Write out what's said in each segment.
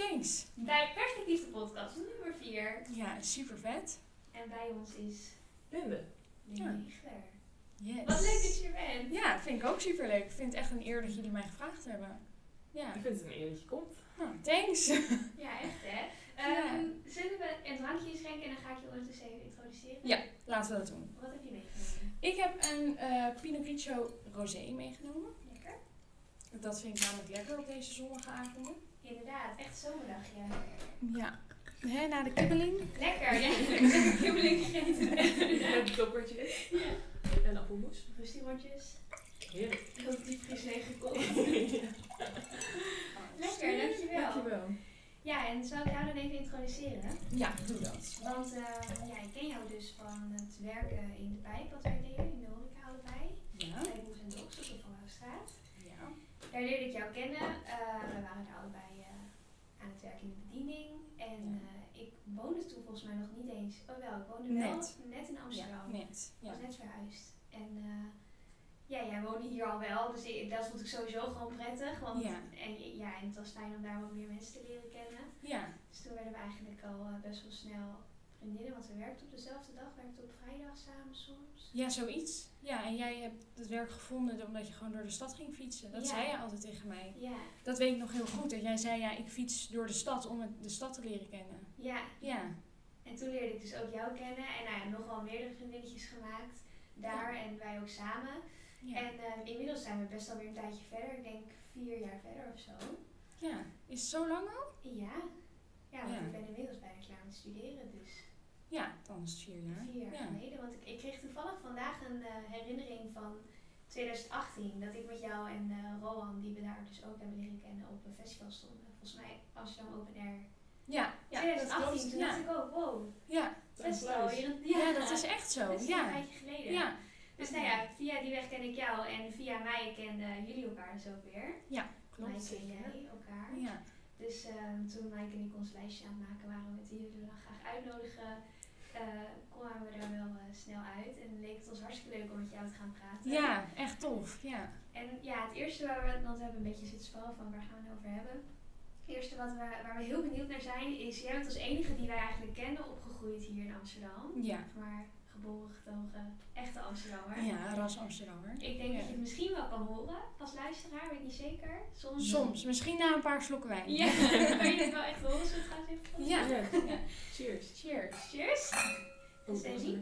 thanks. Bij Perspectief de podcast, nummer 4. Ja, super vet. En bij ons is Linde. Linde Igler. Yes. Wat leuk dat je er bent. Ja, vind ik ook super leuk. Ik vind het echt een eer dat jullie mij gevraagd hebben. Ja. Ik vind het een eer dat je komt. Nou, thanks. Ja, echt hè. Zullen we een drankje schenken en dan ga ik je ondertussen even introduceren? Ja, laten we dat doen. Wat heb je meegenomen? Ik heb een Pinot Grigio Rosé meegenomen. Lekker. Dat vind ik namelijk lekker op deze zonnige avonden. Inderdaad, echt zomerdagje. Ja. Hè, na de kibbeling. Lekker, ja. Lekker kibbeling gegeten. Met toppertjes. Ja. En appelmoes. Rustierondjes. Heerlijk. Heel diepvries leeggekocht. Ja. Lekker, dankjewel. Dankjewel. Ja, en zou ik jou dan even introduceren? Ja, doe dat. Want ja, ik ken jou dus van het werken in de pijp, wat wij deden, in de horeca allebei. Ja. Bij Boes en Dogs op de Van Houtstraat. Ja. Daar leerde ik jou kennen. We waren daar allebei aan het werk in de bediening. En ik woonde toen volgens mij nog niet eens. Oh wel, ik woonde wel net in Amsterdam. Ja, net. Ik Ja. was net verhuisd. En ja, jij woonde hier al wel, dus dat vond ik sowieso gewoon prettig. Want, Ja. en het was fijn om daar wat meer mensen te leren kennen. Ja. Dus toen werden we eigenlijk al best wel snel vriendinnen, want we werkten op dezelfde dag, werkten op vrijdag samen soms. Ja, zoiets. Ja, en jij hebt het werk gevonden omdat je gewoon door de stad ging fietsen. Dat Ja. zei je altijd tegen mij. Ja, Dat weet ik nog heel goed. Dat jij zei, ja, ik fiets door de stad om de stad te leren kennen. ja. Ja. En toen leerde ik dus ook jou kennen en nou ja, nogal meerdere vriendinnetjes gemaakt daar en wij ook samen. Ja. En inmiddels zijn we best alweer een tijdje verder, ik denk 4 jaar verder of zo. Ja. Is het zo lang al? Ja, ja, want Ja. ik ben inmiddels bijna klaar met studeren, dus Ja, dan is het 4 jaar. 4 jaar Ja. geleden. Want ik kreeg toevallig vandaag een herinnering van 2018, dat ik met jou en Rohan, die we daar dus ook hebben leren kennen, op een festival stonden. Volgens mij Amsterdam Open Air. Ja, ja, 2018, dat klopt. toen Ja. dacht ik ook, wow, Ja. festival hier. Ja, dat is echt zo. Dat is een Ja. tijdje geleden. Ja. Dus nou ja, via die weg ken ik jou en via mij kenden jullie elkaar dus ook weer. Klopt. Mike en jij elkaar. Ja. Dus toen Mike en ik ons lijstje aan het maken waren met wie we dan graag uitnodigen, kwamen we er wel snel uit. En leek het ons hartstikke leuk om met jou te gaan praten. Ja, echt tof. Ja. En ja, het eerste want we hebben een beetje zitten sparren van waar gaan we het over hebben. Het eerste waar we heel benieuwd naar zijn is, jij bent als enige die wij eigenlijk kennen opgegroeid hier in Amsterdam. Ja. Maar geboren, getogen, echte Amsterdammer. Ja, ras Amsterdammer. Ik denk dat je het misschien wel kan horen als luisteraar, weet ik niet zeker. Soms. Misschien na een paar slokken wijn. Ja, kan je het wel echt horen? Zullen we het trouwens even Ja. Ja. Ja. Cheers. Cheers. Cheers! Oh, Stacey?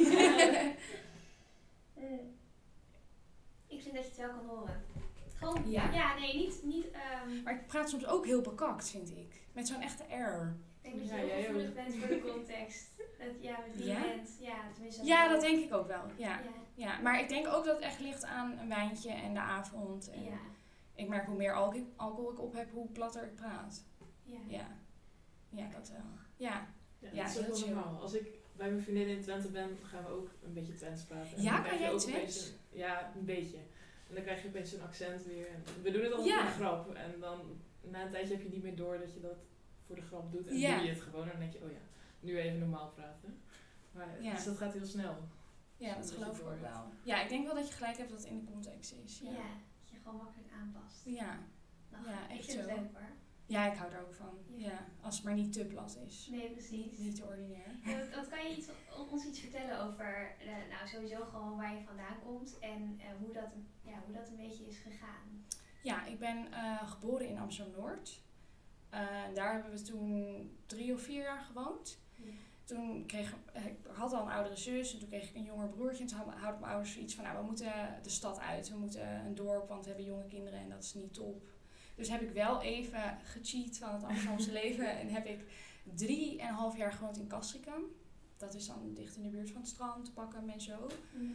Ik vind dat je het wel kan horen. Gewoon, Ja? nee, niet Maar ik praat soms ook heel bekakt, vind ik. Met zo'n echte R. ik denk dat je Ja, heel jij gevoelig ook. bent voor de context. Dat, ja, met wie Ja? je bent. Ja, tenminste. Ja, dat denk ik ook wel. Ja. Ja, Ja, maar ik denk ook dat het echt ligt aan een wijntje en de avond. En ja, ik merk hoe meer alcohol ik op heb, hoe platter ik praat. ja. Ja. Ja, dat wel. Ja. Ja, Ja, dat is ook heel wel chill. normaal. Als ik bij mijn vriendinnen in Twente ben, gaan we ook een beetje Twents praten. En Ja, dan kan krijg je jij ook Twents? opeens ja, een beetje. En dan krijg je opeens een accent weer. En we doen het altijd Ja. voor de grap. En dan na een tijdje heb je niet meer door dat je dat voor de grap doet. En Ja. doe je het gewoon. En dan denk je, oh ja, nu even normaal praten. Maar Ja. dus dat gaat heel snel. Ja, dat Zodat geloof je ik ook door hebt. wel. Ja, ik denk wel dat je gelijk hebt dat het in de context is. Ja, Ja. dat je gewoon makkelijk aanpast. Ja. Nou, Ja, ik echt vind het zo. leuk hoor. Ja, ik hou er ook van. Ja. Ja. Als het maar niet te plat is. Nee, precies. Niet te ordinair. Wat kan je ons iets vertellen over, nou sowieso gewoon waar je vandaan komt en hoe dat een beetje is gegaan? Ja, ik ben geboren in Amsterdam-Noord. Daar hebben we toen 3 of 4 jaar gewoond. Ja. Toen ik had al een oudere zus en toen kreeg ik een jonger broertje. En toen hadden mijn ouders zoiets van, nou, we moeten de stad uit. We moeten een dorp, want we hebben jonge kinderen en dat is niet top. Dus heb ik wel even gecheat van het Amsterdamse leven. En heb ik 3,5 jaar gewoond in Castricum. Dat is dan dicht in de buurt van het strand, Pakken en zo.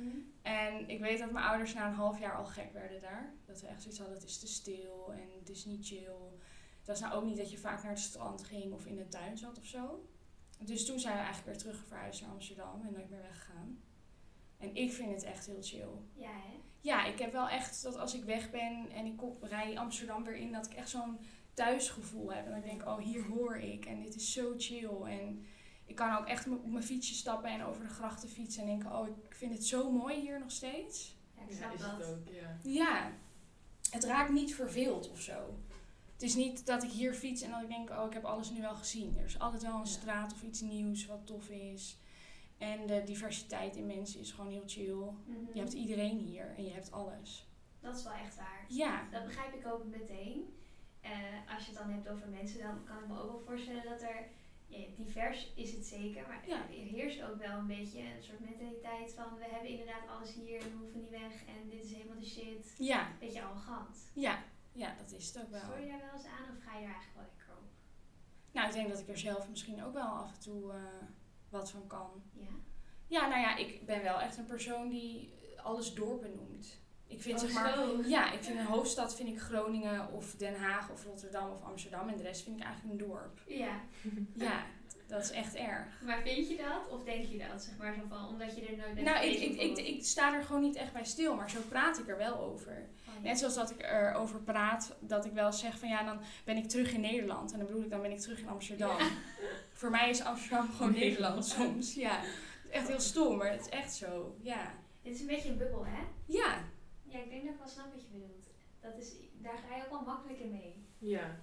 En ik weet dat mijn ouders na een half jaar al gek werden daar. Dat we echt zoiets hadden, het is te stil en het is niet chill. Het was nou ook niet dat je vaak naar het strand ging of in de tuin zat of zo. Dus toen zijn we eigenlijk weer terug verhuisd naar Amsterdam en nooit meer weggegaan. En ik vind het echt heel chill. Ja, hè? Ja, ik heb wel echt dat als ik weg ben en ik rij Amsterdam weer in, dat ik echt zo'n thuisgevoel heb. En dan denk ik, oh, hier hoor ik en dit is zo chill. En ik kan ook echt op mijn fietsje stappen en over de grachten fietsen en denken, oh, ik vind het zo mooi hier nog steeds. Ja, ik Ja, snap is dat. het ook, ja. Ja, het raakt niet verveeld of zo. Het is niet dat ik hier fiets en dat ik denk, ik heb alles nu wel gezien. Er is altijd wel een straat of iets nieuws wat tof is. En de diversiteit in mensen is gewoon heel chill. Mhm. Je hebt iedereen hier en je hebt alles. Dat is wel echt waar. Ja. Dat begrijp ik ook meteen. Als je het dan hebt over mensen, dan kan ik me ook wel voorstellen dat er... Ja, divers is het zeker, maar er heerst ook wel een beetje een soort mentaliteit van... We hebben inderdaad alles hier en we hoeven niet weg en dit is helemaal de shit. Ja. Beetje arrogant. Ja, dat is het ook wel. Stoor je daar wel eens aan of ga je er eigenlijk wel lekker op? Nou, ik denk dat ik er zelf misschien ook wel af en toe wat van kan. Ja? Ja, nou ja, ik ben wel echt een persoon die alles dorpen noemt. Ik vind Zo. ik vind een hoofdstad vind ik Groningen of Den Haag of Rotterdam of Amsterdam en de rest vind ik eigenlijk een dorp. Ja. Ja, dat is echt erg. Maar vind je dat of denk je dat, zeg maar, zo van, omdat je er nooit bent Nou, geweest, ik sta er gewoon niet echt bij stil, maar zo praat ik er wel over. Oh, ja. Net zoals dat ik erover praat, dat ik wel zeg van dan ben ik terug in Nederland. En dan bedoel ik, dan ben ik terug in Amsterdam. Ja. Voor mij is Amsterdam gewoon Nederland soms, ja. Het is echt heel stom, maar het is echt zo, ja. Dit is een beetje een bubbel, hè? Ja. Ja, ik denk dat ik wel snap wat je bedoelt. Daar ga je ook wel makkelijk in mee. Ja.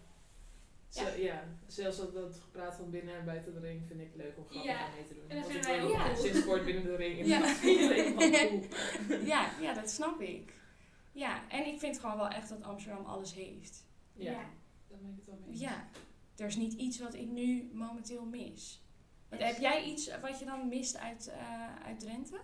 Zelfs dat gepraat van binnen en buiten de ring vind ik leuk om grappig aan mee te doen. En dat Want vinden wij ook cool. sinds kort binnen de ring en Ja. dat vind ik helemaal cool. Ja, dat snap ik. Ja, en ik vind gewoon wel echt dat Amsterdam alles heeft. Ja, Ja. daar ben ik het wel mee eens. Ja, er is niet iets wat ik nu momenteel mis. Want heb jij iets wat je dan mist uit Drenthe?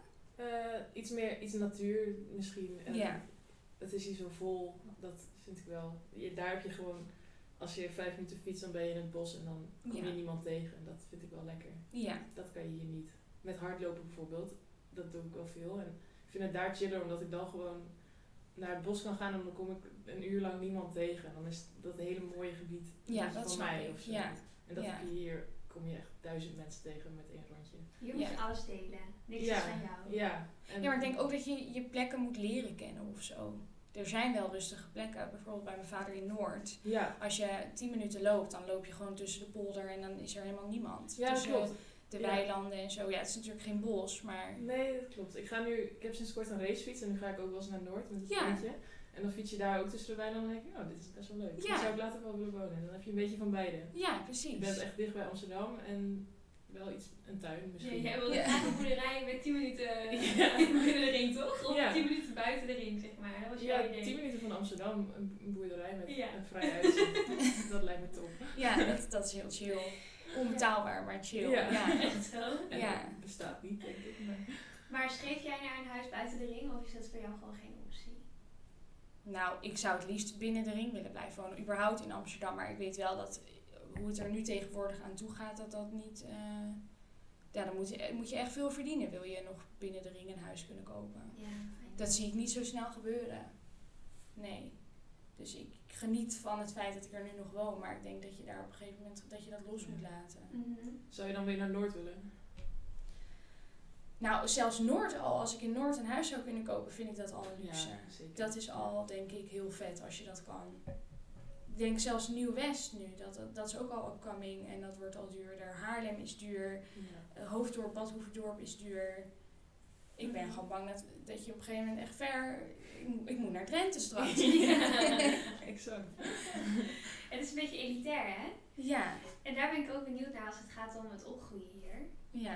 Iets natuur misschien. En Ja. Het is hier zo vol, dat vind ik wel. Daar heb je gewoon, als je 5 minuten fietst, dan ben je in het bos en dan kom je niemand tegen. En dat vind ik wel lekker. Ja. Dat kan je hier niet. Met hardlopen bijvoorbeeld, dat doe ik wel veel. En ik vind het daar chiller, omdat ik dan gewoon naar het bos kan gaan en dan kom ik een uur lang niemand tegen. En dan is dat een hele mooie gebied Ja, van dat snap mij ik. of zo. Ja. En dat Ja. heb je hier, kom je echt 1000 mensen tegen met 1 rondje. Hier moet je alles delen. Niks Ja. is van jou. Ja. Ja, maar ik denk ook dat je je plekken moet leren kennen of zo. Er zijn wel rustige plekken, bijvoorbeeld bij mijn vader in Noord. Ja. Als je 10 minuten loopt, dan loop je gewoon tussen de polder en dan is er helemaal niemand. Ja, dat tussen klopt. de Ja. weilanden en zo. Ja, het is natuurlijk geen bos, maar... Nee, dat klopt. Ik heb sinds kort een racefiets en nu ga ik ook wel eens naar Noord met het Ja. vriendje. En dan fiets je daar ook tussen de weilanden en dan denk ik, dit is best wel leuk. Ja. Daar zou ik later wel willen wonen. En dan heb je een beetje van beide. Ja, Je precies. bent echt dicht bij Amsterdam en wel een tuin Ja, misschien. jij wilde Ja. graag een boerderij met 10 minuten Ja. binnen de ring, toch? Of Ja. 10 minuten buiten de ring, zeg maar. Dat was jouw Ja, idee. 10 minuten van Amsterdam, een boerderij met Ja. een vrij uitzicht. Dat lijkt me top. Ja, dat is heel chill. Onbetaalbaar, maar chill. Ja. Ja. Echt zo. En Ja. dat bestaat niet, denk ik. Maar... Maar schreef jij naar een huis buiten de ring of is dat voor jou gewoon geen optie? Nou, ik zou het liefst binnen de ring willen blijven wonen. Überhaupt in Amsterdam. Maar ik weet wel dat hoe het er nu tegenwoordig aan toe gaat, dat niet... ja, dan moet je echt veel verdienen. Wil je nog binnen de ring een huis kunnen kopen. Ja. Dat zie ik niet zo snel gebeuren. Nee. Dus ik geniet van het feit dat ik er nu nog woon. Maar ik denk dat je daar op een gegeven moment dat je dat los moet laten. Mhm. Zou je dan weer naar Noord willen? Nou, zelfs Noord al. Als ik in Noord een huis zou kunnen kopen, vind ik dat al een luxe. Ja, zeker. Dat is al, denk ik, heel vet als je dat kan. Ik denk zelfs Nieuw-West nu. Dat is ook al upcoming en dat wordt al duurder. Haarlem is duur. Ja. Hoofddorp, Bad Hoeverdorp is duur. Ik ben gewoon bang dat je op een gegeven moment echt ver... Ik moet naar Drenthe straks. Exact. Het is een beetje elitair, hè? Ja. En daar ben ik ook benieuwd naar als het gaat om het opgroeien hier. Ja.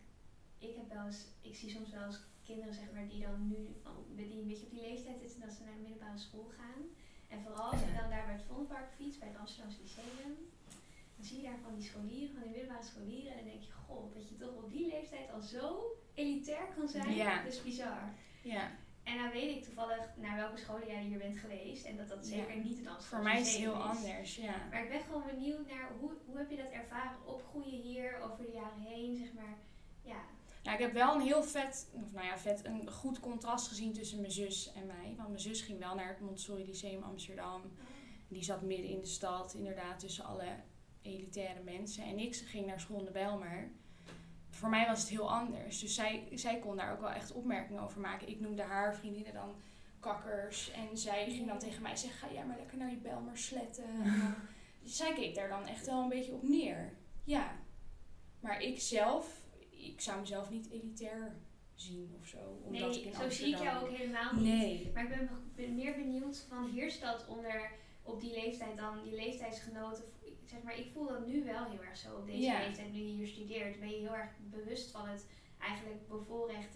Ik zie soms wel eens kinderen, zeg maar, die dan nu die een beetje op die leeftijd zitten dat ze naar de middelbare school gaan. En vooral als je dan daar bij het Vondelpark fietst, bij het Amsterdamse Lyceum, dan zie je daar van die scholieren, van die middelbare scholieren, en dan denk je, god, dat je toch op die leeftijd al zo elitair kan zijn. Ja. Dat is bizar. Ja. En dan weet ik toevallig naar welke scholen jij hier bent geweest en dat zeker niet het Amsterdamse Voor mij is het Lyceum heel anders, ja. Maar ik ben gewoon benieuwd naar hoe heb je dat ervaren, opgroeien hier over de jaren heen, zeg maar. Ja. Nou, ik heb wel een heel een goed contrast gezien tussen mijn zus en mij. Want mijn zus ging wel naar het Montessori Lyceum Amsterdam. Die zat midden in de stad, inderdaad, tussen alle elitaire mensen. En ik ging naar school in de Bijlmer. Voor mij was het heel anders. Dus zij kon daar ook wel echt opmerkingen over maken. Ik noemde haar vriendinnen dan kakkers. En zij ging dan tegen mij zeggen, ga jij maar lekker naar je Bijlmer sletten. Dus zij keek daar dan echt wel een beetje op neer. Ja. Maar ik zou mezelf niet elitair zien of zo. Omdat ik in zo Amsterdam... zie ik jou ook helemaal niet. Nee. Maar ik ben meer benieuwd van heerst dat onder op die leeftijd dan die leeftijdsgenoten, zeg maar, ik voel dat nu wel heel erg zo op deze leeftijd, nu je hier studeert, ben je heel erg bewust van het eigenlijk bevoorrechte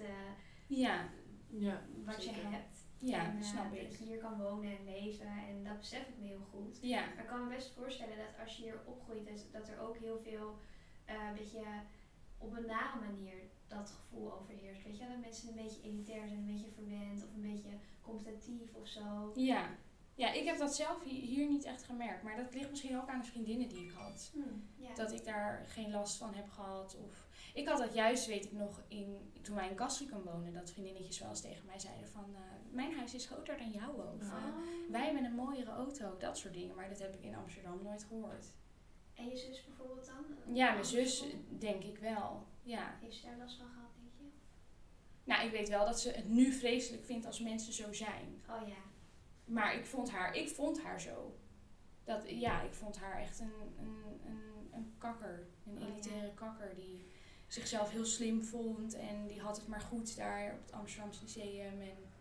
wat zeker. je hebt. Ja, en, snap ik. dat je hier kan wonen en leven en dat besef ik me heel goed. Ja. Maar ik kan me best voorstellen dat als je hier opgroeit, dat er ook heel veel, beetje op een nare manier dat gevoel overheerst. Weet je, dat mensen een beetje elitair zijn, een beetje verwend of een beetje competitief of zo. Ja. Ja, ik heb dat zelf hier niet echt gemerkt. Maar dat ligt misschien ook aan de vriendinnen die ik had. Ja. Dat ik daar geen last van heb gehad. Of ik had dat juist, weet ik nog, toen wij in Castricum woonden. Dat vriendinnetjes wel eens tegen mij zeiden van... mijn huis is groter dan jouw ook. Wij hebben een mooiere auto. Dat soort dingen. Maar dat heb ik in Amsterdam nooit gehoord. En je zus bijvoorbeeld dan? Ja, mijn zus denk ik wel. Ja. Heeft ze daar last van gehad, denk je? Nou, ik weet wel dat ze het nu vreselijk vindt als mensen zo zijn. Oh ja. Maar ik vond haar zo. Ik vond haar echt een kakker. Een elitaire kakker die zichzelf heel slim vond. En die had het maar goed daar op het Amsterdamse Lyceum.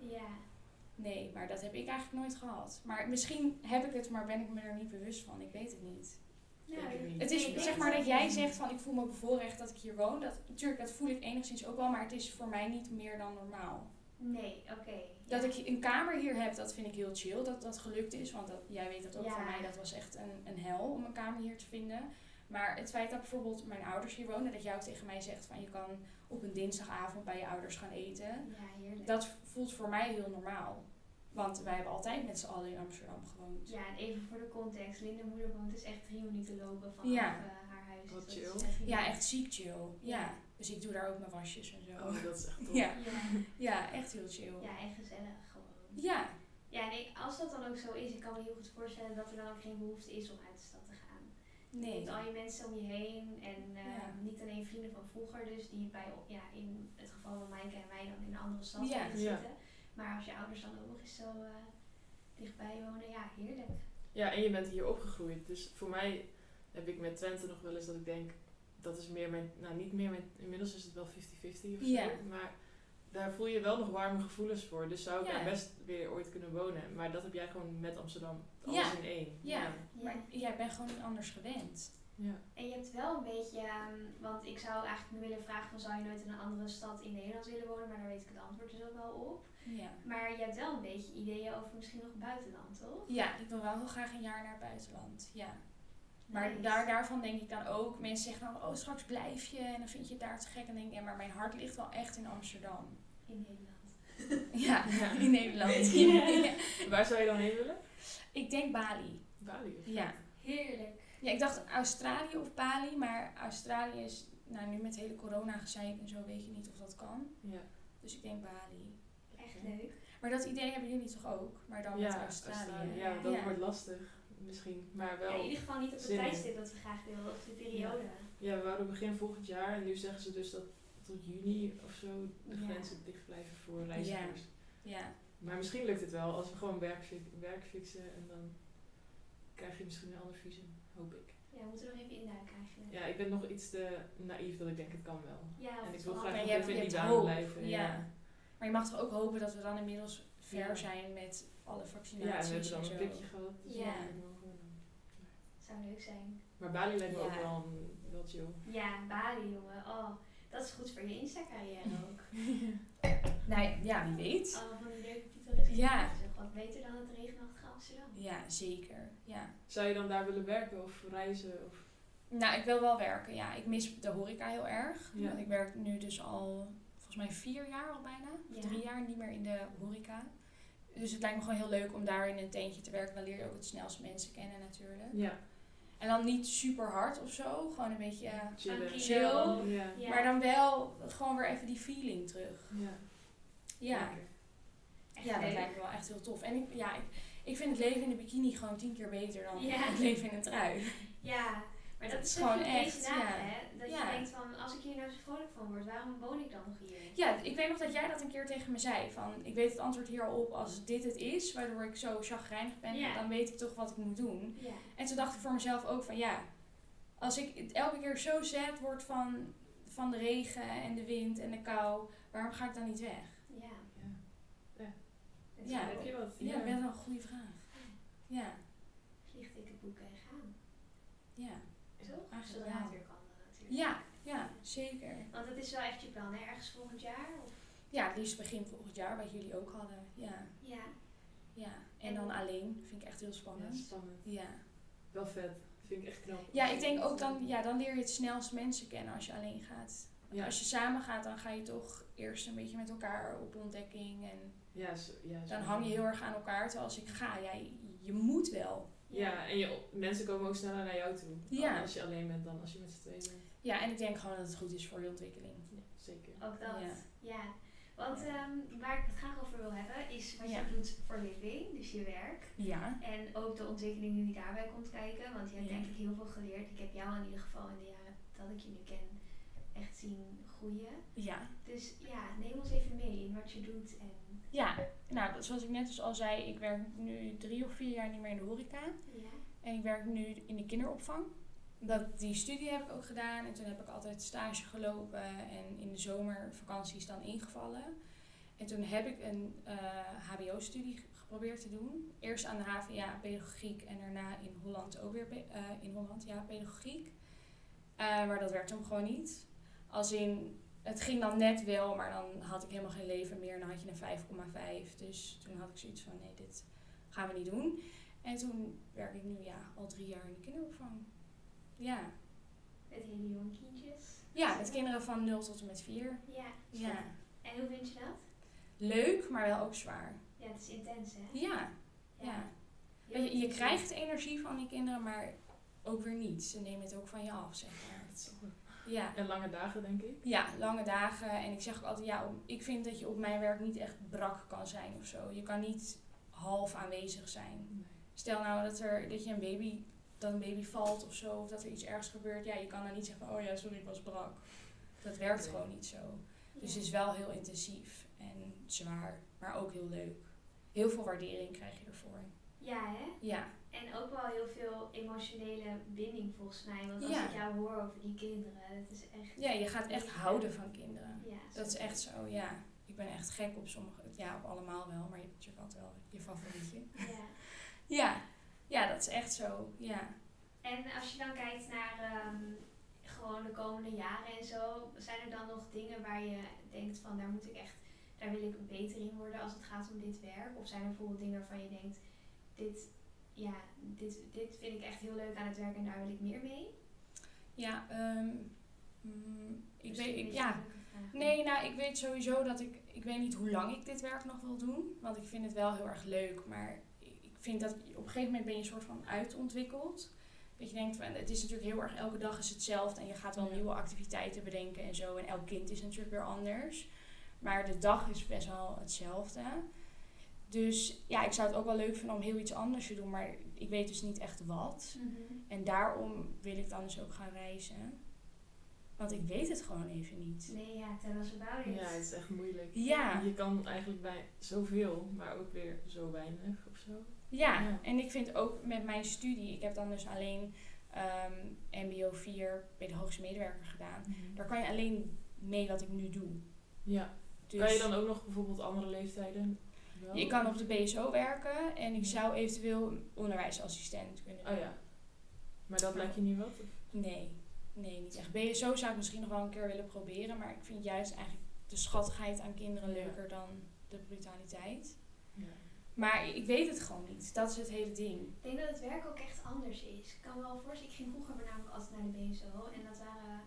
Nee, maar dat heb ik eigenlijk nooit gehad. Maar misschien heb ik het, maar ben ik me er niet bewust van. Ik weet het niet. Het is zeg maar dat jij zegt van ik voel me bevoorrecht dat ik hier woon. Natuurlijk, dat voel ik enigszins ook wel. Maar het is voor mij niet meer dan normaal. Nee, oké. Dat ik een kamer hier heb, dat vind ik heel chill. Dat dat gelukt is. Want jij weet dat ook voor mij. Dat was echt een hel om een kamer hier te vinden. Maar het feit dat bijvoorbeeld mijn ouders hier wonen. Dat jij ook tegen mij zegt van je kan op een dinsdagavond bij je ouders gaan eten. Ja, heerlijk. Dat voelt voor mij heel normaal. Want wij hebben altijd met z'n allen in Amsterdam gewoond. Ja, en even voor de context. Linda's moeder woont dus echt 3 minuten lopen van haar huis. Wat dus chill. dat is echt Ja, echt ziek chill. Ja. Dus ik doe daar ook mijn wasjes en zo. Oh, dat is echt tof. Ja, echt heel chill. Ja, en gezellig gewoon. Ja. Ja, nee, als dat dan ook zo is, ik kan me heel goed voorstellen dat er dan ook geen behoefte is om uit de stad te gaan. Nee. Je hebt al je mensen om je heen en niet alleen vrienden van vroeger, dus die in het geval van Maaike en mij dan in een andere stad zitten. Maar als je ouders dan ook nog eens zo dichtbij wonen, ja, heerlijk. Ja, en je bent hier opgegroeid. Dus voor mij heb ik met Twente nog wel eens dat ik denk, dat is meer niet meer mijn, inmiddels is het wel 50-50 of zo. Maar daar voel je wel nog warme gevoelens voor. Dus zou ik daar best weer ooit kunnen wonen. Maar dat heb jij gewoon met Amsterdam, alles in één. Ja, maar jij bent gewoon niet anders gewend. Ja. En je hebt wel een beetje, want ik zou eigenlijk nu willen vragen van zou je nooit in een andere stad in Nederland willen wonen, maar daar weet ik het antwoord dus ook wel op. Ja. Maar je hebt wel een beetje ideeën over misschien nog buitenland, toch? Ja, ik wil wel heel graag een jaar naar het buitenland. Ja. Maar daarvan denk ik dan ook, mensen zeggen dan, oh straks blijf je en dan vind je het daar te gek. En dan denk ik, ja, maar mijn hart ligt wel echt in Amsterdam. In Nederland. Ja, in Nederland. Waar zou je dan heen willen? Ik denk Bali. Bali? Ja. Heerlijk. Ja, ik dacht Australië of Bali, maar Australië is, nu met hele corona-gezeik en zo weet je niet of dat kan. Ja. Dus ik denk Bali. Echt leuk. Maar dat idee hebben jullie toch ook? Maar dan met Australië. Ja, dat wordt lastig. Misschien, maar wel. Ja, in ieder geval niet op de tijdstip dat we graag wilden, of de periode. Ja, we wouden begin volgend jaar en nu zeggen ze dus dat tot juni of zo de grenzen dicht blijven voor reizigers. Ja. Maar misschien lukt het wel als we gewoon werk fixen en dan krijg je misschien een ander visum, hoop ik. Ja, we moeten nog even induiken eigenlijk. Ja, ik ben nog iets te naïef dat ik denk het kan wel. Ja, en ik wil graag nog even in die baan hoop. blijven. Ja. Maar je mag toch ook hopen dat we dan inmiddels ver zijn met alle vaccinaties. Ja, en we hebben dan een prikje gehad. Dus zou leuk zijn. Maar Bali lijkt me ook wel chill. Ja, Bali jongen. Oh, dat is goed voor je Insta-carrière ook. Ja, wie weet. Allemaal van die leuke pittoreske. Ja. Dat is ook wat beter dan het regenachtige Amsterdam. Ja, zeker. Ja. Zou je dan daar willen werken of reizen? Of? Nou, ik wil wel werken. Ja, ik mis de horeca heel erg. Ja. Want ik werk nu dus al, volgens mij 4 jaar al bijna. Of 3 jaar niet meer in de horeca. Dus het lijkt me gewoon heel leuk om daar in een tentje te werken. Dan leer je ook het snelst mensen kennen natuurlijk. Ja. En dan niet super hard of zo. Gewoon een beetje chill. Ja. Maar dan wel gewoon weer even die feeling terug. Ja. Ja. Ja, dat lijkt me wel echt heel tof. En ik vind het leven in de bikini gewoon 10 keer beter dan het leven in een trui. Ja, maar dat is gewoon echt echt, deze dagen, hè? Dat je denkt van, als ik hier nou zo vrolijk van word, waarom woon ik dan nog hier? Ja, ik weet nog dat jij dat een keer tegen me zei. Van, ik weet het antwoord hier al op, als dit het is, waardoor ik zo chagrijnig ben, dan weet ik toch wat ik moet doen. Ja. En toen dacht ik voor mezelf ook van, als ik elke keer zo sad word van de regen en de wind en de kou, waarom ga ik dan niet weg? Ja, heb je wat? Ja, dat is wel een goede vraag. Ja. vliegticket boeken en gaan. Ja. Toch? Eigenlijk Zodra wel. het weer kan dan natuurlijk. Ja, zeker. Want het is wel echt je plan, hè? Ergens volgend jaar? Of? Ja, het liefst begin volgend jaar, wat jullie ook hadden. Ja. Ja. En dan alleen, vind ik echt heel spannend. Ja, spannend. Ja. Wel vet. Vind ik echt knap. Ja, ik denk ook dan leer je het snelst mensen kennen als je alleen gaat. Ja. Als je samen gaat, dan ga je toch eerst een beetje met elkaar op ontdekking. En dan hang je heel erg aan elkaar. Terwijl als ik ga, je moet wel. Ja, en mensen komen ook sneller naar jou toe. Ja. Als je alleen bent dan als je met z'n tweeën bent. Ja, en ik denk gewoon dat het goed is voor je ontwikkeling. Ja, zeker. Ook dat. Ja. Want Ja. waar ik het graag over wil hebben, is wat Ja. je doet voor living, dus je werk. Ja. En ook de ontwikkeling die daarbij komt kijken. Want je hebt Ja. denk ik heel veel geleerd. Ik heb jou in ieder geval in de jaren dat ik je nu ken echt zien groeien. Ja. Dus ja, neem ons even mee in wat je doet. En Ja, nou, zoals ik net dus al zei, ik werk nu 3 of 4 jaar niet meer in de horeca. ja. En ik werk nu in de kinderopvang. Die studie heb ik ook gedaan. En toen heb ik altijd stage gelopen. En in de zomervakanties dan ingevallen. En toen heb ik een hbo-studie geprobeerd te doen. Eerst aan de HVA pedagogiek en daarna in Holland ook weer pedagogiek. Maar dat werd hem gewoon niet. Als in, het ging dan net wel, maar dan had ik helemaal geen leven meer. En dan had je een 5,5. Dus toen had ik zoiets van, nee, dit gaan we niet doen. En toen werk ik nu al 3 jaar in de kinderopvang. Ja. Met hele jonge kindjes. Ja, met kinderen van 0 tot en met 4. Ja. Ja. En hoe vind je dat? Leuk, maar wel ook zwaar. Ja, het is intens, hè? Ja. Heel Je intensief. krijgt energie van die kinderen, maar ook weer niet. Ze nemen het ook van je af, zeg maar. Ja. En lange dagen, denk ik. Ja, lange dagen. En ik zeg ook altijd, ik vind dat je op mijn werk niet echt brak kan zijn of zo. Je kan niet half aanwezig zijn. Nee. Stel nou dat een baby valt of zo, of dat er iets ergs gebeurt. Ja, je kan dan niet zeggen van, oh ja, sorry, ik was brak. Dat werkt gewoon niet zo. Dus het is wel heel intensief en zwaar, maar ook heel leuk. Heel veel waardering krijg je ervoor. Ja, hè? Ja. En ook wel heel veel emotionele binding volgens mij. Want als Ja. ik jou hoor over die kinderen, het is echt... Ja, je gaat echt houden van kinderen. Ja, Dat is echt zo, ja. Ik ben echt gek op sommige, op allemaal wel, maar je hebt natuurlijk altijd wel je favorietje. Ja. Ja, dat is echt zo, ja. En als je dan kijkt naar gewoon de komende jaren en zo, zijn er dan nog dingen waar je denkt van daar wil ik beter in worden als het gaat om dit werk? Of zijn er bijvoorbeeld dingen waarvan je denkt, dit vind ik echt heel leuk aan het werk en daar wil ik meer mee? Ja, ik weet sowieso dat ik weet niet hoe lang ik dit werk nog wil doen. Want ik vind het wel heel erg leuk, maar ik vind dat op een gegeven moment ben je een soort van uitontwikkeld. Dat je denkt, het is natuurlijk heel erg, elke dag is hetzelfde en je gaat wel nieuwe activiteiten bedenken en zo. En elk kind is natuurlijk weer anders. Maar de dag is best wel hetzelfde. Dus ja, ik zou het ook wel leuk vinden om heel iets anders te doen, maar ik weet dus niet echt wat. Mm-hmm. En daarom wil ik dan dus ook gaan reizen. Want ik weet het gewoon even niet. Nee, ja, tell us about it. Ja, het is echt moeilijk. Ja. Je kan eigenlijk bij zoveel, maar ook weer zo weinig of zo. Ja, en ik vind ook met mijn studie, ik heb dan dus alleen MBO 4 pedagogische medewerker gedaan. Mm-hmm. Daar kan je alleen mee wat ik nu doe. Ja. Dus Kan je dan ook nog bijvoorbeeld andere leeftijden wel? je kan op de BSO werken en ik zou eventueel onderwijsassistent kunnen doen. Oh ja. Maar dat lijkt je niet wat? Of? Nee, niet echt. BSO zou ik misschien nog wel een keer willen proberen, maar ik vind juist eigenlijk de schattigheid aan kinderen leuker dan de brutaliteit. Ja. Maar ik weet het gewoon niet. Dat is het hele ding. Ik denk dat het werk ook echt anders is. Ik kan me wel voorstellen, ik ging vroeger voornamelijk altijd naar de BSO. En dat waren,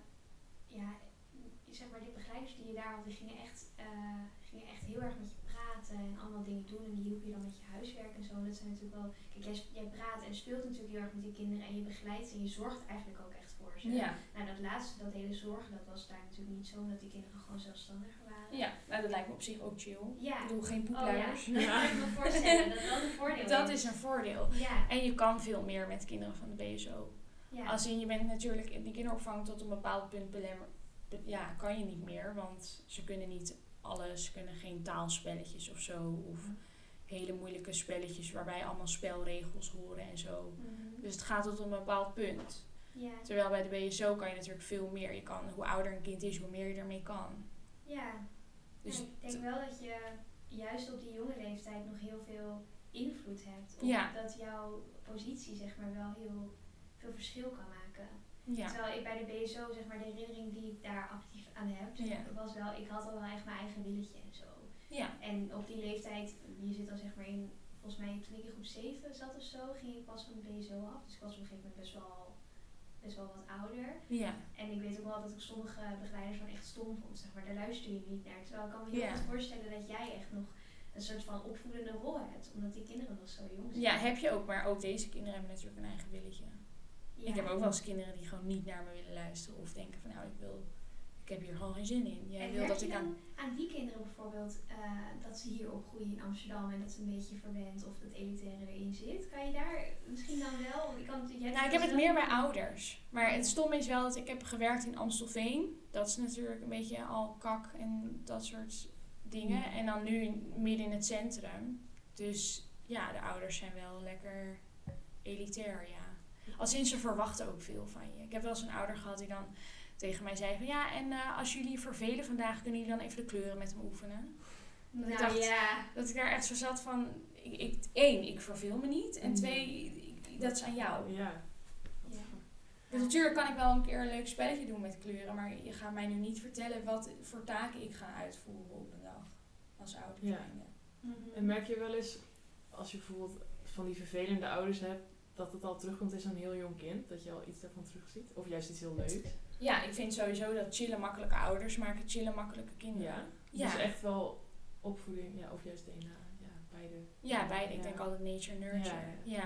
zeg maar, die begeleiders die je daar had, die gingen echt heel erg met je praten en allemaal dingen doen. En die hielpen je dan met je huiswerk en zo. En dat zijn natuurlijk wel, kijk, jij praat en speelt natuurlijk heel erg met die kinderen. En je begeleidt en je zorgt eigenlijk ook echt voor ze. Ja. Nou, dat laatste, dat hele zorgen, dat was daar natuurlijk niet zo. Dat die kinderen gewoon zelfstandiger waren. Ja, nou dat lijkt me op zich ook chill. Ja. Ik bedoel, geen Oh poepluiers. ja, dat kan ik me voorstellen dat dat een voordeel Dat is een voordeel. Ja. En je kan veel meer met kinderen van de BSO. Ja. Als in, je bent natuurlijk in de kinderopvang tot een bepaald punt kan je niet meer. Want ze kunnen niet alles, ze kunnen geen taalspelletjes of zo. Of hele moeilijke spelletjes waarbij allemaal spelregels horen en zo. Mhm. Dus het gaat tot een bepaald punt. Ja. Terwijl bij de BSO kan je natuurlijk veel meer. Je kan, hoe ouder een kind is, hoe meer je ermee kan. Ja. Dus ik denk wel dat je juist op die jonge leeftijd nog heel veel invloed hebt. Of dat jouw positie zeg maar wel heel veel verschil kan maken. Ja. Terwijl ik bij de BSO, zeg maar, de herinnering die ik daar actief aan heb, was wel, ik had al wel echt mijn eigen willetje en zo. Ja. En op die leeftijd, je zit dan zeg maar in, volgens mij toen ik in groep 7 zat of zo, ging ik pas van de BSO af. Dus ik was op een gegeven moment best wel wat ouder. Ja. En ik weet ook wel dat ik sommige begeleiders gewoon echt stom vond, zeg maar. Daar luister je niet naar. Terwijl ik kan me heel goed voorstellen dat jij echt nog een soort van opvoedende rol hebt, omdat die kinderen nog zo jong zijn. Ja, heb je ook, maar ook deze kinderen hebben natuurlijk een eigen willetje. Ja. Ik heb ook wel eens kinderen die gewoon niet naar me willen luisteren of denken van nou, ik heb hier gewoon geen zin in. Jij wil dat ik aan die kinderen bijvoorbeeld, dat ze hier opgroeien in Amsterdam en dat ze een beetje verwend of dat elitaire erin zit. Kan je daar misschien dan wel... ik heb het meer bij ouders. Maar het stomme is wel dat ik heb gewerkt in Amstelveen. Dat is natuurlijk een beetje al kak en dat soort dingen. En dan nu midden in het centrum. Dus ja, de ouders zijn wel lekker elitair, ja. Als in ze verwachten ook veel van je. Ik heb wel eens een ouder gehad die dan tegen mij zei van ja, en als jullie vervelen vandaag, kunnen jullie dan even de kleuren met hem oefenen? Nou, ik dacht dat ik daar echt zo zat van, ik verveel me niet. En 2, dat is aan jou. Ja. Dus natuurlijk kan ik wel een keer een leuk spelletje doen met kleuren, maar je gaat mij nu niet vertellen wat voor taken ik ga uitvoeren op een dag als ouder zijnde. Mm-hmm. En merk je wel eens, als je bijvoorbeeld van die vervelende ouders hebt, dat het al terugkomt in zo'n heel jong kind? Dat je al iets daarvan terugziet? Of juist iets heel leuks? Ja, ik vind sowieso dat chillen makkelijke ouders maken chillen makkelijke kinderen. Ja. Dus echt wel opvoeding, of juist DNA. Ja, beide. Ja, beide. Ik denk altijd nature, nurture.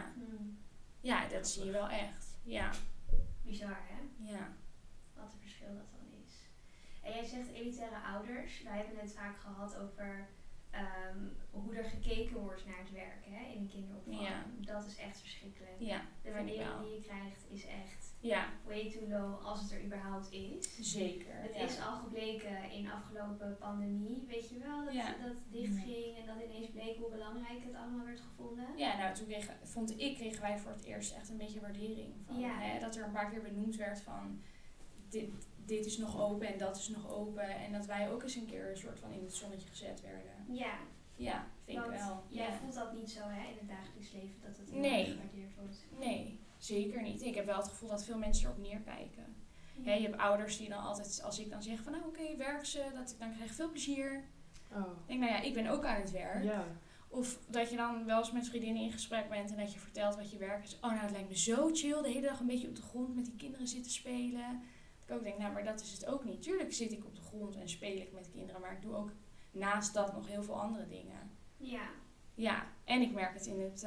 Ja, dat zie je wel echt. Ja. Bizar, hè? Ja. Wat een verschil dat dan is. En jij zegt elitaire ouders. Wij hebben het vaak gehad over hoe er gekeken wordt naar het werk, hè, in een kinderopvang. Ja. Dat is echt verschrikkelijk. Ja, de waardering die je krijgt is echt way too low als het er überhaupt is. Zeker. Het is al gebleken in de afgelopen pandemie, weet je wel, dat dichtging en dat ineens bleek hoe belangrijk het allemaal werd gevonden. Ja, nou toen kregen wij voor het eerst echt een beetje waardering van, hè, dat er een paar keer benoemd werd van dit is nog open en dat is nog open en dat wij ook eens een keer een soort van in het zonnetje gezet werden. Ja, vind ik wel. Jij voelt dat niet zo, hè, in het dagelijks leven, dat het heel gewaardeerd wordt? Nee, zeker niet. Ik heb wel het gevoel dat veel mensen erop neerkijken. Ja, je hebt ouders die dan altijd, als ik dan zeg van nou oké, werk ze, dat ik dan krijg veel plezier. Ik denk, nou ja, ik ben ook aan het werk. Ja. Of dat je dan wel eens met vriendinnen in gesprek bent en dat je vertelt wat je werk is. Oh nou, het lijkt me zo chill, de hele dag een beetje op de grond met die kinderen zitten spelen. Dat ik ook denk, nou maar dat is het ook niet. Tuurlijk zit ik op de grond en speel ik met kinderen, maar ik doe ook naast dat nog heel veel andere dingen. Ja, en ik merk het in het,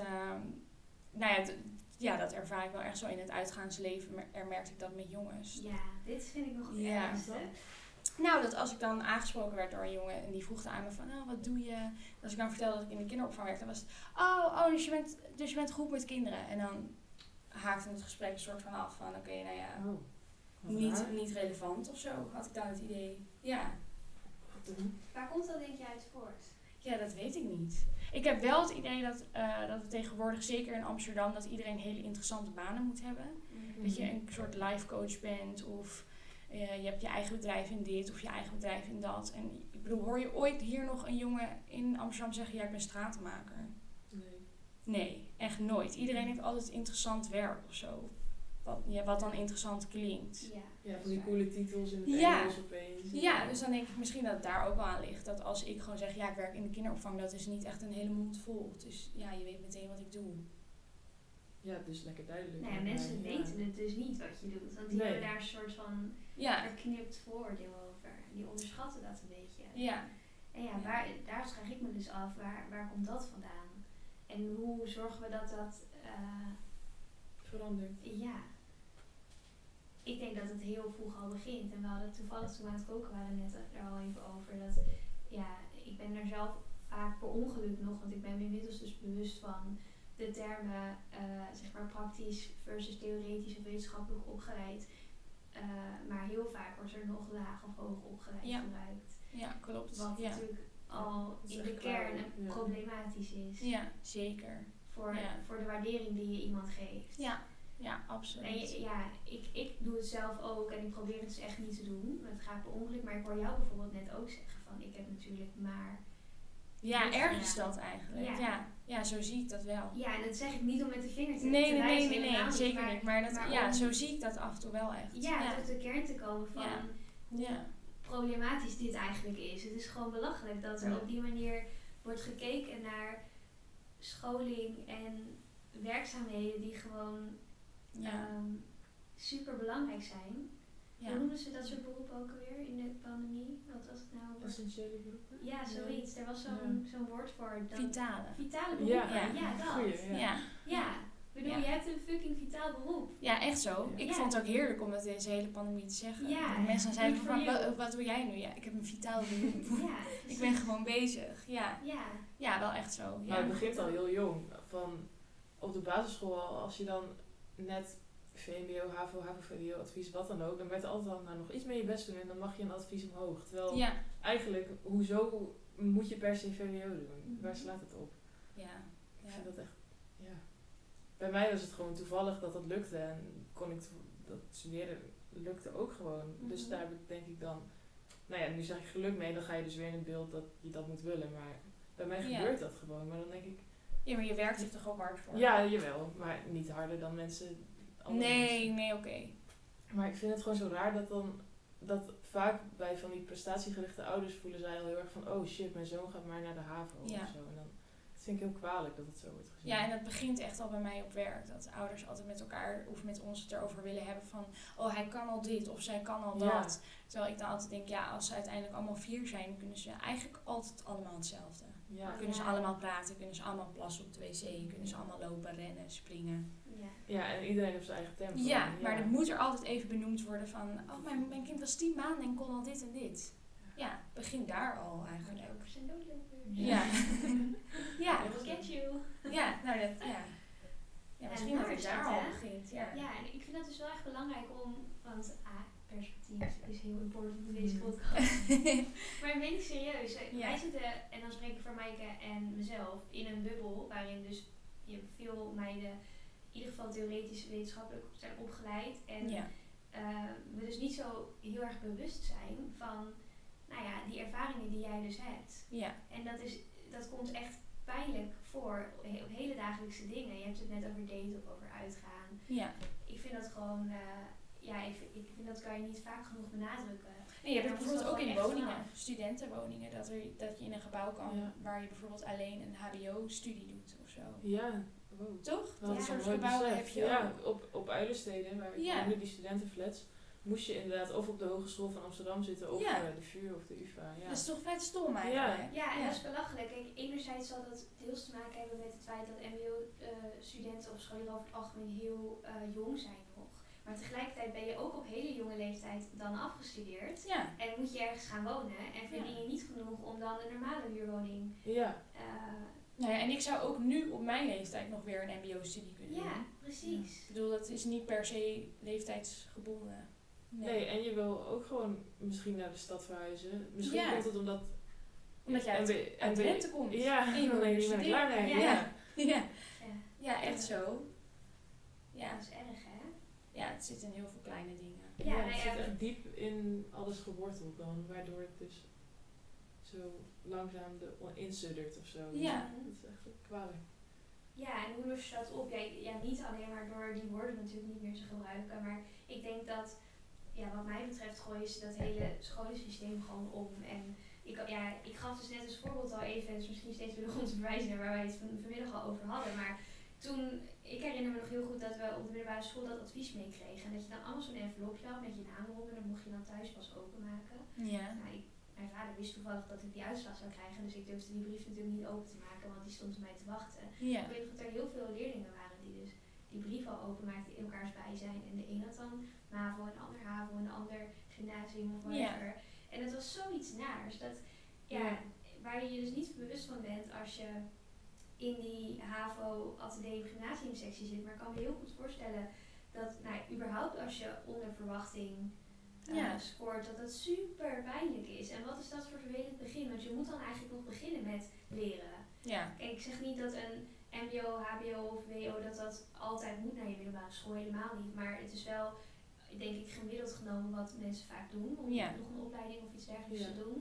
dat ervaar ik wel echt zo in het uitgaansleven. Merkte ik dat met jongens. Ja, dit vind ik nog het ergste. Nou, dat als ik dan aangesproken werd door een jongen en die vroeg aan me van, wat doe je? Als ik dan vertelde dat ik in de kinderopvang werkte, dan was het, dus je bent goed met kinderen. En dan haakte het gesprek een soort van af van, oké, nou ja, niet relevant of zo, had ik dan het idee. Ja. Waar komt dat denk je uit voort? Ja, dat weet ik niet. Ik heb wel het idee dat we tegenwoordig, zeker in Amsterdam, dat iedereen hele interessante banen moet hebben. Mm-hmm. Dat je een soort life coach bent of je hebt je eigen bedrijf in dit of je eigen bedrijf in dat. En ik bedoel, hoor je ooit hier nog een jongen in Amsterdam zeggen, ja, ik ben stratenmaker? Nee, echt nooit. Iedereen heeft altijd interessant werk of zo. Wat dan interessant klinkt. Ja, van die coole titels in het Engels opeens. Ja, dus dan denk ik misschien dat het daar ook wel aan ligt. Dat als ik gewoon zeg, ja, ik werk in de kinderopvang, dat is niet echt een hele mond vol. Dus ja, je weet meteen wat ik doe. Ja, dus lekker duidelijk. Nou ja, mensen weten het dus niet wat je doet. Want die hebben daar een soort van verknipt vooroordeel over. Die onderschatten dat een beetje. Ja. En daar vraag ik me dus af, waar komt dat vandaan? En hoe zorgen we dat verandert? Ja. Ik denk dat het heel vroeg al begint. En we hadden toevallig toen we aan het koken waren net er al even over. Dat ik ben er zelf vaak per ongeluk nog, want ik ben me inmiddels dus bewust van de termen zeg maar praktisch versus theoretisch of wetenschappelijk opgeleid. Maar heel vaak wordt er nog laag of hoog opgeleid gebruikt. Ja, klopt. Wat natuurlijk al in de kern problematisch is. Ja, zeker. Voor de waardering die je iemand geeft. Ja, absoluut. En ik doe het zelf ook en ik probeer het dus echt niet te doen. Het gaat per ongeluk, maar ik hoor jou bijvoorbeeld net ook zeggen van ik heb natuurlijk maar Ja, Dus, ergens dat eigenlijk. Ja. Ja, zo zie ik dat wel. Ja, en dat zeg ik niet om met de vinger te Nee, wijzen. helemaal niet, zeker niet. Maar om, zo zie ik dat af en toe wel echt. tot de kern te komen van hoe problematisch dit eigenlijk is. Het is gewoon belachelijk dat er op die manier wordt gekeken naar scholing en werkzaamheden die gewoon super belangrijk zijn. Ja. Hoe noemen ze dat soort beroepen ook alweer in de pandemie? Wat was het nou? Essentiële beroepen? Ja, zoiets. Er was zo'n woord voor. Vitale beroepen. Ja, dat. Goeie, Ik bedoel, je hebt een fucking vitaal beroep. Ja, echt zo. Ik vond het ook heerlijk om dat deze hele pandemie te zeggen. Ja, mensen zeiden van, wat doe jij nu? Ja, ik heb een vitaal beroep. Ja, ik ben gewoon bezig. Ja, wel echt zo. Maar het begint al heel jong. Van op de basisschool al, als je dan net VMBO, HAVO, HAVO-VWO, advies, wat dan ook, dan werd er altijd al nog iets mee je best doen en dan mag je een advies omhoog. Terwijl eigenlijk, hoezo moet je per se VWO doen? Waar slaat het op? Ik vind dat echt, Bij mij was het gewoon toevallig dat dat lukte en kon ik dat studeren lukte ook gewoon. Dus daar heb ik denk ik dan, nu zeg ik geluk mee, dan ga je dus weer in het beeld dat je dat moet willen, maar bij mij gebeurt dat gewoon. Maar dan denk ik... Ja, maar je werkt er toch ook hard voor? Ja, jawel, maar niet harder dan mensen... Nee, oké. Maar ik vind het gewoon zo raar dat vaak bij van die prestatiegerichte ouders voelen zij al heel erg van, oh shit, mijn zoon gaat maar naar de HAVO of zo. En dan vind ik heel kwalijk dat het zo wordt gezien. Ja, en dat begint echt al bij mij op werk. Dat ouders altijd met elkaar of met ons het erover willen hebben van, oh hij kan al dit of zij kan al dat. Terwijl ik dan altijd denk, als ze uiteindelijk allemaal 4 zijn, kunnen ze eigenlijk altijd allemaal hetzelfde. Kunnen ze allemaal praten, kunnen ze allemaal plassen op de wc, kunnen ze allemaal lopen, rennen, springen. Ja, en iedereen heeft zijn eigen tempo. Ja, maar er moet er altijd even benoemd worden van, oh mijn kind was 10 maanden en kon al dit en dit. Ja, begin daar al eigenlijk. Ook zijn doodlopen. Ja. Get you. Ja, nou dat, ja, misschien dat het daar al begint. Ja, en ik vind dat dus wel echt belangrijk want perspectief is heel important in deze podcast. Maar ik meen het serieus. Wij zitten, en dan spreek ik voor Maaike en mezelf, in een bubbel waarin dus veel meiden in ieder geval theoretisch wetenschappelijk zijn opgeleid. En we dus niet zo heel erg bewust zijn van die ervaringen die jij dus hebt. Ja. En dat komt echt pijnlijk voor op hele dagelijkse dingen. Je hebt het net over daten of over uitgaan. Ja. Ik vind dat gewoon, ik vind dat kan je niet vaak genoeg benadrukken. Nee, je hebt bijvoorbeeld ook in woningen, studentenwoningen, dat je in een gebouw kan waar je bijvoorbeeld alleen een HBO-studie doet of zo. Ja. Wow. Toch? Dat soort gebouwen heb je ook. Op Uilensteden, waar ik woonde, die studentenflats, moest je inderdaad of op de Hogeschool van Amsterdam zitten of de VU of de UvA. Ja. Dat is toch vet stom eigenlijk. Ja, en dat is belachelijk. Kijk, enerzijds zal dat deels te maken hebben met het feit dat mbo-studenten of scholieren over het algemeen heel jong zijn nog. Maar tegelijkertijd ben je ook op hele jonge leeftijd dan afgestudeerd. Ja. En moet je ergens gaan wonen en verdien je niet genoeg om dan een normale huurwoning. Ja. En ik zou ook nu op mijn leeftijd nog weer een mbo-studie kunnen doen. Ja, precies. Ik bedoel, dat is niet per se leeftijdsgebonden. Nee, en je wil ook gewoon misschien naar de stad verhuizen. Misschien komt het omdat je uit Drenthe komt. Ja, en je wil ben ik klaar mee. Ja, echt zo. Ja, dat is erg, hè? Ja, het zit in heel veel kleine dingen. Ja, het zit echt diep in alles geworteld dan, waardoor het dus zo langzaam insuddert of zo. Ja. Dat is echt kwalijk. Ja, en hoe los je dat op? Niet alleen maar door die woorden natuurlijk niet meer te gebruiken, maar ik denk dat, wat mij betreft, gooi je dat hele scholensysteem gewoon om. En ik gaf dus net als voorbeeld al even, het is misschien steeds weer de grond te verwijzen naar waar wij het vanmiddag al over hadden, maar ik herinner me nog heel goed dat we op de middelbare school dat advies meekregen. En dat je dan allemaal zo'n envelopje had met je naam erop en dat mocht je dan thuis pas openmaken. Ja. Mijn vader wist toevallig dat ik die uitslag zou krijgen, dus ik durfde die brief natuurlijk niet open te maken, want die stond op mij te wachten. Ja. Ik weet nog dat er heel veel leerlingen waren die dus die brief al openmaakten in elkaars bijzijn. En de een had dan MAVO, een ander HAVO, een ander gymnasium of whatever. Ja. En het was zoiets naars, dat, waar je dus niet bewust van bent als je in die HAVO, ateneum, gymnasiumsectie zit. Maar ik kan me heel goed voorstellen dat, überhaupt als je onder verwachting scoort, dat het super pijnlijk is. En wat is dat voor vervelend begin? Want je moet dan eigenlijk nog beginnen met leren. Ja. Kijk, ik zeg niet dat een mbo, hbo of wo dat altijd moet naar je middelbare school, helemaal niet. Maar het is wel, denk ik, gemiddeld genomen wat mensen vaak doen om nog een opleiding of iets dergelijks te doen.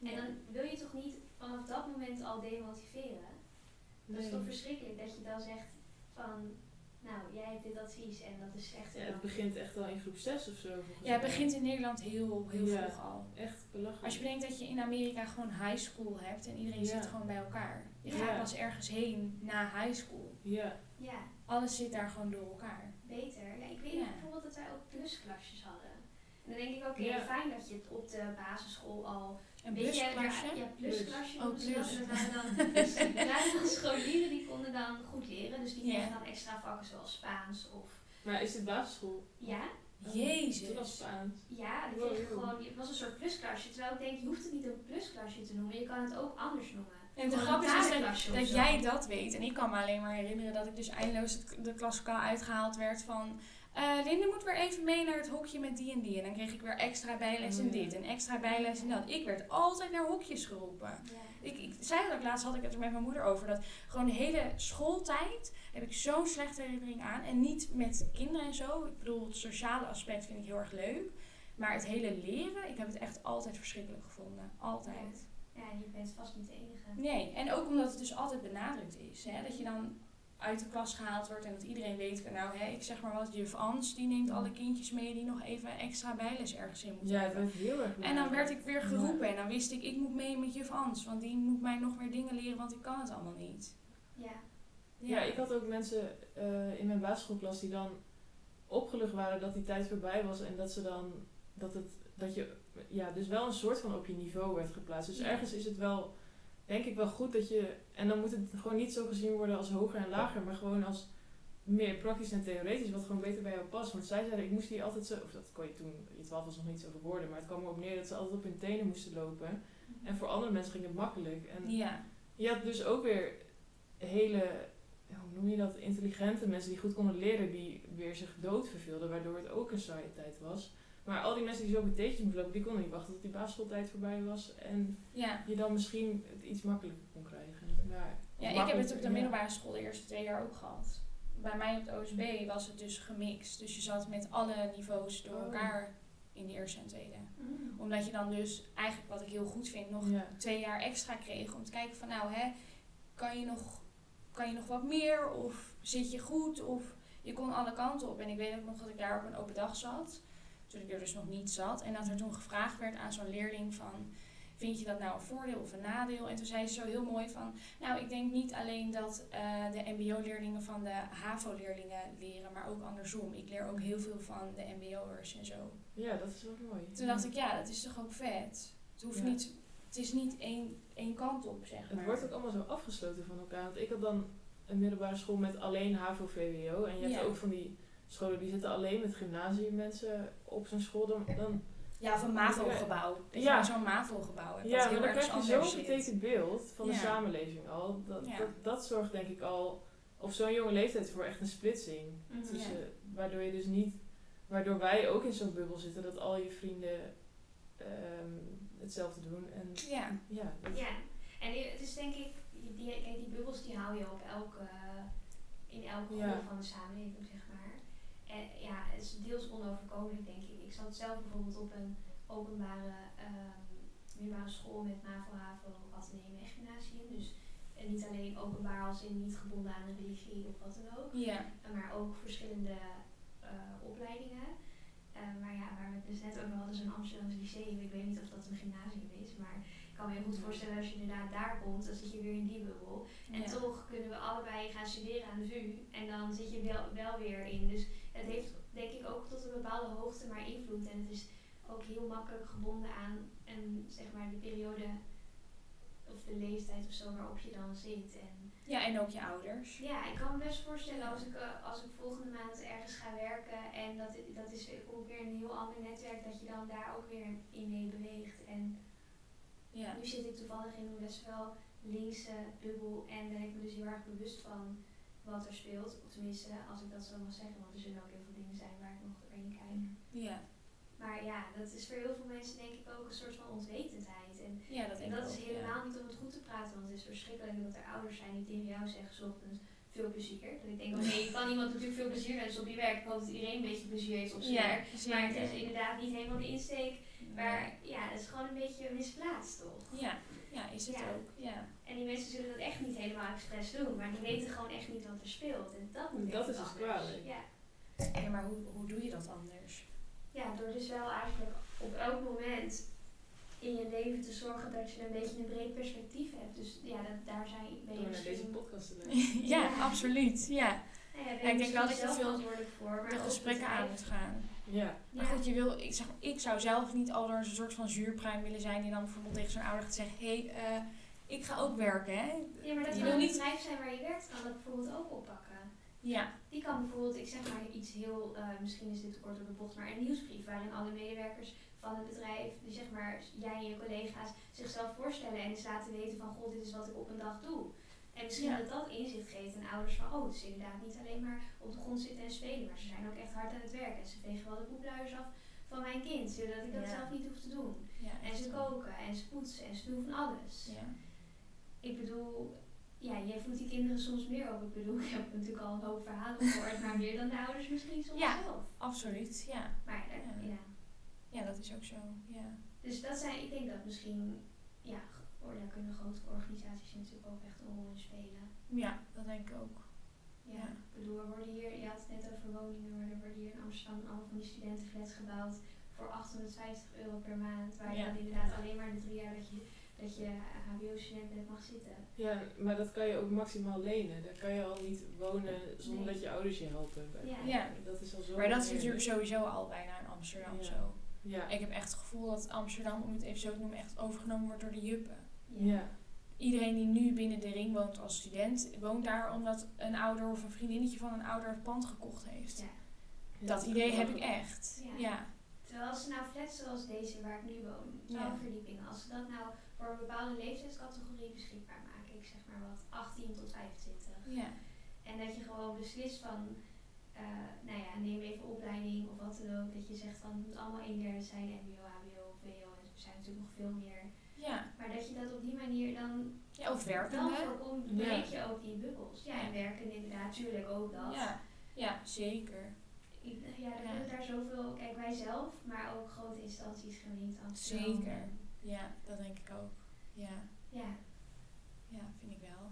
En dan wil je toch niet vanaf dat moment al demotiveren? Dat is toch verschrikkelijk dat je dan zegt van, nou, jij hebt dit advies en dat is echt... Ja, het begint echt al in groep 6 of zo. Ja, het begint in Nederland heel vroeg al. Echt belachelijk. Als je bedenkt dat je in Amerika gewoon high school hebt en iedereen zit gewoon bij elkaar. Je gaat pas ergens heen na high school. Ja. Alles zit daar gewoon door elkaar. Beter. Ja, ik weet bijvoorbeeld dat wij ook plusklasjes hadden. En dan denk ik ook, fijn dat je het op de basisschool al... Een plusklasje? Ja, plusklasje. Oh, plus. En dan waren scholieren die konden dan goed leren. Dus die kregen dan extra vakken zoals Spaans of... Maar is dit basisschool? Ja. Jezus. Toen was Spaans. Ja, dat kreeg gewoon... Het was een soort plusklasje. Terwijl ik denk, je hoeft het niet een plusklasje te noemen. Je kan het ook anders noemen. En de grap is dat jij dat weet. En ik kan me alleen maar herinneren dat ik dus eindeloos de klaslokaal uitgehaald werd van... Linde moet weer even mee naar het hokje met die en die. En dan kreeg ik weer extra bijles in dit en extra bijles in dat. Ik werd altijd naar hokjes geroepen. Ja. Ik zei dat ook laatst, had ik het er met mijn moeder over. Dat gewoon de hele schooltijd heb ik zo'n slechte herinnering aan. En niet met kinderen en zo. Ik bedoel, het sociale aspect vind ik heel erg leuk. Maar het hele leren, ik heb het echt altijd verschrikkelijk gevonden. Altijd. Ja, je bent vast niet de enige. Nee, en ook omdat het dus altijd benadrukt is. Hè? Dat je dan uit de klas gehaald wordt en dat iedereen weet van nou, ik zeg maar wat, juf Ans, die neemt alle kindjes mee die nog even extra bijles ergens in moeten hebben. Ja, dat werd heel erg. En dan werd ik weer geroepen en dan wist ik moet mee met juf Ans, want die moet mij nog weer dingen leren, want ik kan het allemaal niet. Ja, ik had ook mensen in mijn basisschoolklas die dan opgelucht waren dat die tijd voorbij was en dat ze dan, dat je dus wel een soort van op je niveau werd geplaatst. Dus ergens is het wel, denk ik wel goed dat je, en dan moet het gewoon niet zo gezien worden als hoger en lager, maar gewoon als meer praktisch en theoretisch, wat gewoon beter bij jou past. Want zij zeiden, ik moest die altijd zo, of dat kon je toen, je 12 was nog niet zo over woorden, maar het kwam erop neer dat ze altijd op hun tenen moesten lopen. En voor andere mensen ging het makkelijk. En je had dus ook weer hele, hoe noem je dat, intelligente mensen die goed konden leren, die weer zich dood verveelden, waardoor het ook een saaie tijd was. Maar al die mensen die zo op het theetje moesten lopen, die konden niet wachten tot die basisschooltijd voorbij was. En je dan misschien het iets makkelijker kon krijgen. Maar ik heb het op de middelbare school de eerste 2 jaar ook gehad. Bij mij op de OSB was het dus gemixt. Dus je zat met alle niveaus door elkaar in de eerste en tweede. Omdat je dan dus, eigenlijk wat ik heel goed vind, nog 2 jaar extra kreeg. Om te kijken van kan je nog wat meer? Of zit je goed? Of je kon alle kanten op. En ik weet ook nog dat ik daar op een open dag zat. Toen ik er dus nog niet zat. En dat er toen gevraagd werd aan zo'n leerling van, vind je dat nou een voordeel of een nadeel? En toen zei ze zo heel mooi van, nou, ik denk niet alleen dat de mbo-leerlingen van de HAVO-leerlingen leren, maar ook andersom. Ik leer ook heel veel van de mbo'ers en zo. Ja, dat is wel mooi. Toen dacht ik, dat is toch ook vet? Het hoeft niet, het is niet één kant op, zeg maar. Het wordt ook allemaal zo afgesloten van elkaar. Want ik had dan een middelbare school met alleen HAVO-VWO. En je hebt ook van die scholen die zitten alleen met gymnasiummensen op zo'n school. Dan of een MAVO-gebouw. Dat je zo'n MAVO-gebouw hebt. Ja, maar dan krijg je zo'n getekend beeld van de samenleving al. Dat zorgt denk ik al op zo'n jonge leeftijd voor echt een splitsing. Tussen, waardoor je dus niet, waardoor wij ook in zo'n bubbel zitten dat al je vrienden hetzelfde doen. En, en het is denk ik, die bubbels die hou je op in elke groep van de samenleving, zeg maar. En het is deels onoverkomelijk, denk ik. Ik zat zelf bijvoorbeeld op een openbare middelbare school met MAVO, HAVO, ateneum en gymnasium. Dus niet alleen openbaar als in niet gebonden aan een religie of wat dan ook. Maar ook verschillende opleidingen. Maar waar we het dus net over hadden, is een Amsterdamse lyceum. Ik weet niet of dat een gymnasium is, maar ik kan me heel goed voorstellen als je inderdaad daar komt, dan zit je weer in die bubbel. En toch kunnen we allebei gaan studeren aan de VU en dan zit je wel weer in. Dus het heeft denk ik ook tot een bepaalde hoogte maar invloed. En het is ook heel makkelijk gebonden aan zeg maar de periode of de leeftijd of zo waarop je dan zit. En ook je ouders. Ja, ik kan me best voorstellen als ik volgende maand ergens ga werken en dat is ook weer een heel ander netwerk, dat je dan daar ook weer in mee beweegt. En nu zit ik toevallig in een best wel linkse bubbel en ben ik me dus heel erg bewust van wat er speelt. Of tenminste, als ik dat zo mag zeggen, want er zullen ook heel veel dingen zijn waar ik nog doorheen kijk. Maar dat is voor heel veel mensen denk ik ook een soort van onwetendheid. En dat is helemaal niet om het goed te praten, want het is verschrikkelijk dat er ouders zijn die tegen jou zeggen 's ochtends veel plezier. Dat ik denk, je kan iemand natuurlijk veel plezier wensen op je werk. Ik hoop dat iedereen een beetje plezier heeft op zijn werk. Maar het is inderdaad niet helemaal de insteek Maar ja, dat is gewoon een beetje misplaatst, toch? Ja, is het ook. Ja. En die mensen zullen dat echt niet helemaal expres doen, maar die weten gewoon echt niet wat er speelt. En dat moet Dat is dus dus kwalijk. Ja, maar hoe doe je dat anders? Ja, door dus wel eigenlijk op elk moment in je leven te zorgen dat je een beetje een breed perspectief hebt. Dus ja, daar ben je Door naar misschien... deze podcast te luisteren. Ja, absoluut. Ja. Nou ja, Ja, ik denk wel dat je zelf veel verantwoordelijk voor, maar de ook gesprekken aan moet gaan. Ja. Maar goed, ik zou zelf niet al door een soort van zuurpruim willen zijn die dan bijvoorbeeld tegen zo'n ouder gaat zeggen, ik ga ook werken, hè. Ja, maar dat Je kan wil een niet- bedrijf zijn waar je werkt, kan dat bijvoorbeeld ook oppakken. Ja, Die kan bijvoorbeeld, ik zeg maar iets heel, misschien is dit te kort op de bocht, maar een nieuwsbrief waarin alle medewerkers van het bedrijf, die zeg maar jij en je collega's, zichzelf voorstellen en eens laten weten van, goh, dit is wat ik op een dag doe. En misschien dat inzicht geeft aan ouders van, oh, het is inderdaad niet alleen maar op de grond zitten en spelen, maar ze zijn ook echt hard aan het werk en ze vegen wel de poepluiers af van mijn kind, zodat ik dat zelf niet hoef te doen. En ze koken en ze poetsen en ze doen van alles. Ja. Ik bedoel, ja, jij voedt die kinderen soms meer op. Ik bedoel, ik heb natuurlijk al een hoop verhalen gehoord, maar meer dan de ouders misschien soms zelf. Absoluut, ja. Maar ja. Ja, dat is ook zo, ja. Dus dat zijn, ik denk dat misschien, ja, daar kunnen grote organisaties natuurlijk ook echt een rol in spelen. Ja, dat denk ik ook. Ja, ik bedoel, er worden hier, je had het net over woningen, maar er worden hier in Amsterdam allemaal van die studentenflats gebouwd voor €850 per maand. Waar je dan inderdaad alleen maar de 3 jaar dat je HBO-student bent mag zitten. Ja, maar dat kan je ook maximaal lenen. Daar kan je al niet wonen zonder dat je ouders je helpen. Ja. Dat is al zo. Maar dat is natuurlijk sowieso al bijna in Amsterdam zo. Ja. Ik heb echt het gevoel dat Amsterdam, om het even zo te noemen, echt overgenomen wordt door de juppen. Ja. Iedereen die nu binnen de ring woont als student, woont daar omdat een ouder of een vriendinnetje van een ouder het pand gekocht heeft. Ja. Dat idee heb ik echt. Ja. Terwijl als ze nou flats zoals deze waar ik nu woon, 12 verdiepingen, als ze dat nou voor een bepaalde leeftijdscategorie beschikbaar maken, ik zeg maar wat, 18 tot 25. Ja. En dat je gewoon beslist van, nou ja, neem even opleiding of wat dan ook, dat je zegt van het moet allemaal 1/3 zijn, mbo, hbo of wo, en er zijn natuurlijk nog veel meer. Ja. Maar dat je dat op die manier dan Of werkende. dan voorkomt, breek je ook die bubbels. Ja, en werken inderdaad, natuurlijk ook dat. Ja, zeker. Ja, er kunnen daar zoveel, kijk wij zelf, maar ook grote instanties, gemeente Amsterdam. Zeker. Ja, dat denk ik ook. Ja. Ja. Ja, vind ik wel.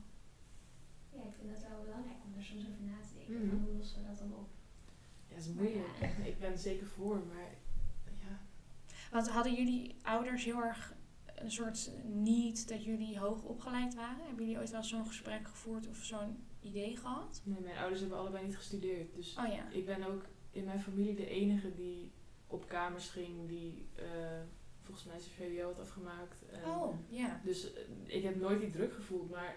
Ja, ik vind dat wel belangrijk om er soms over na te denken. Mhm. Hoe lossen we dat dan op? Ja, dat is moeilijk. Ja. Ik ben er zeker voor, maar ja. Want hadden jullie ouders heel erg een soort niet dat jullie hoog opgeleid waren? Hebben jullie ooit wel zo'n gesprek gevoerd of zo'n idee gehad? Nee, mijn ouders hebben allebei niet gestudeerd. Dus Oh ja. ik ben ook in mijn familie de enige die op kamers ging, die volgens mij zijn VWO had afgemaakt. En ja. Dus ik heb nooit die druk gevoeld, maar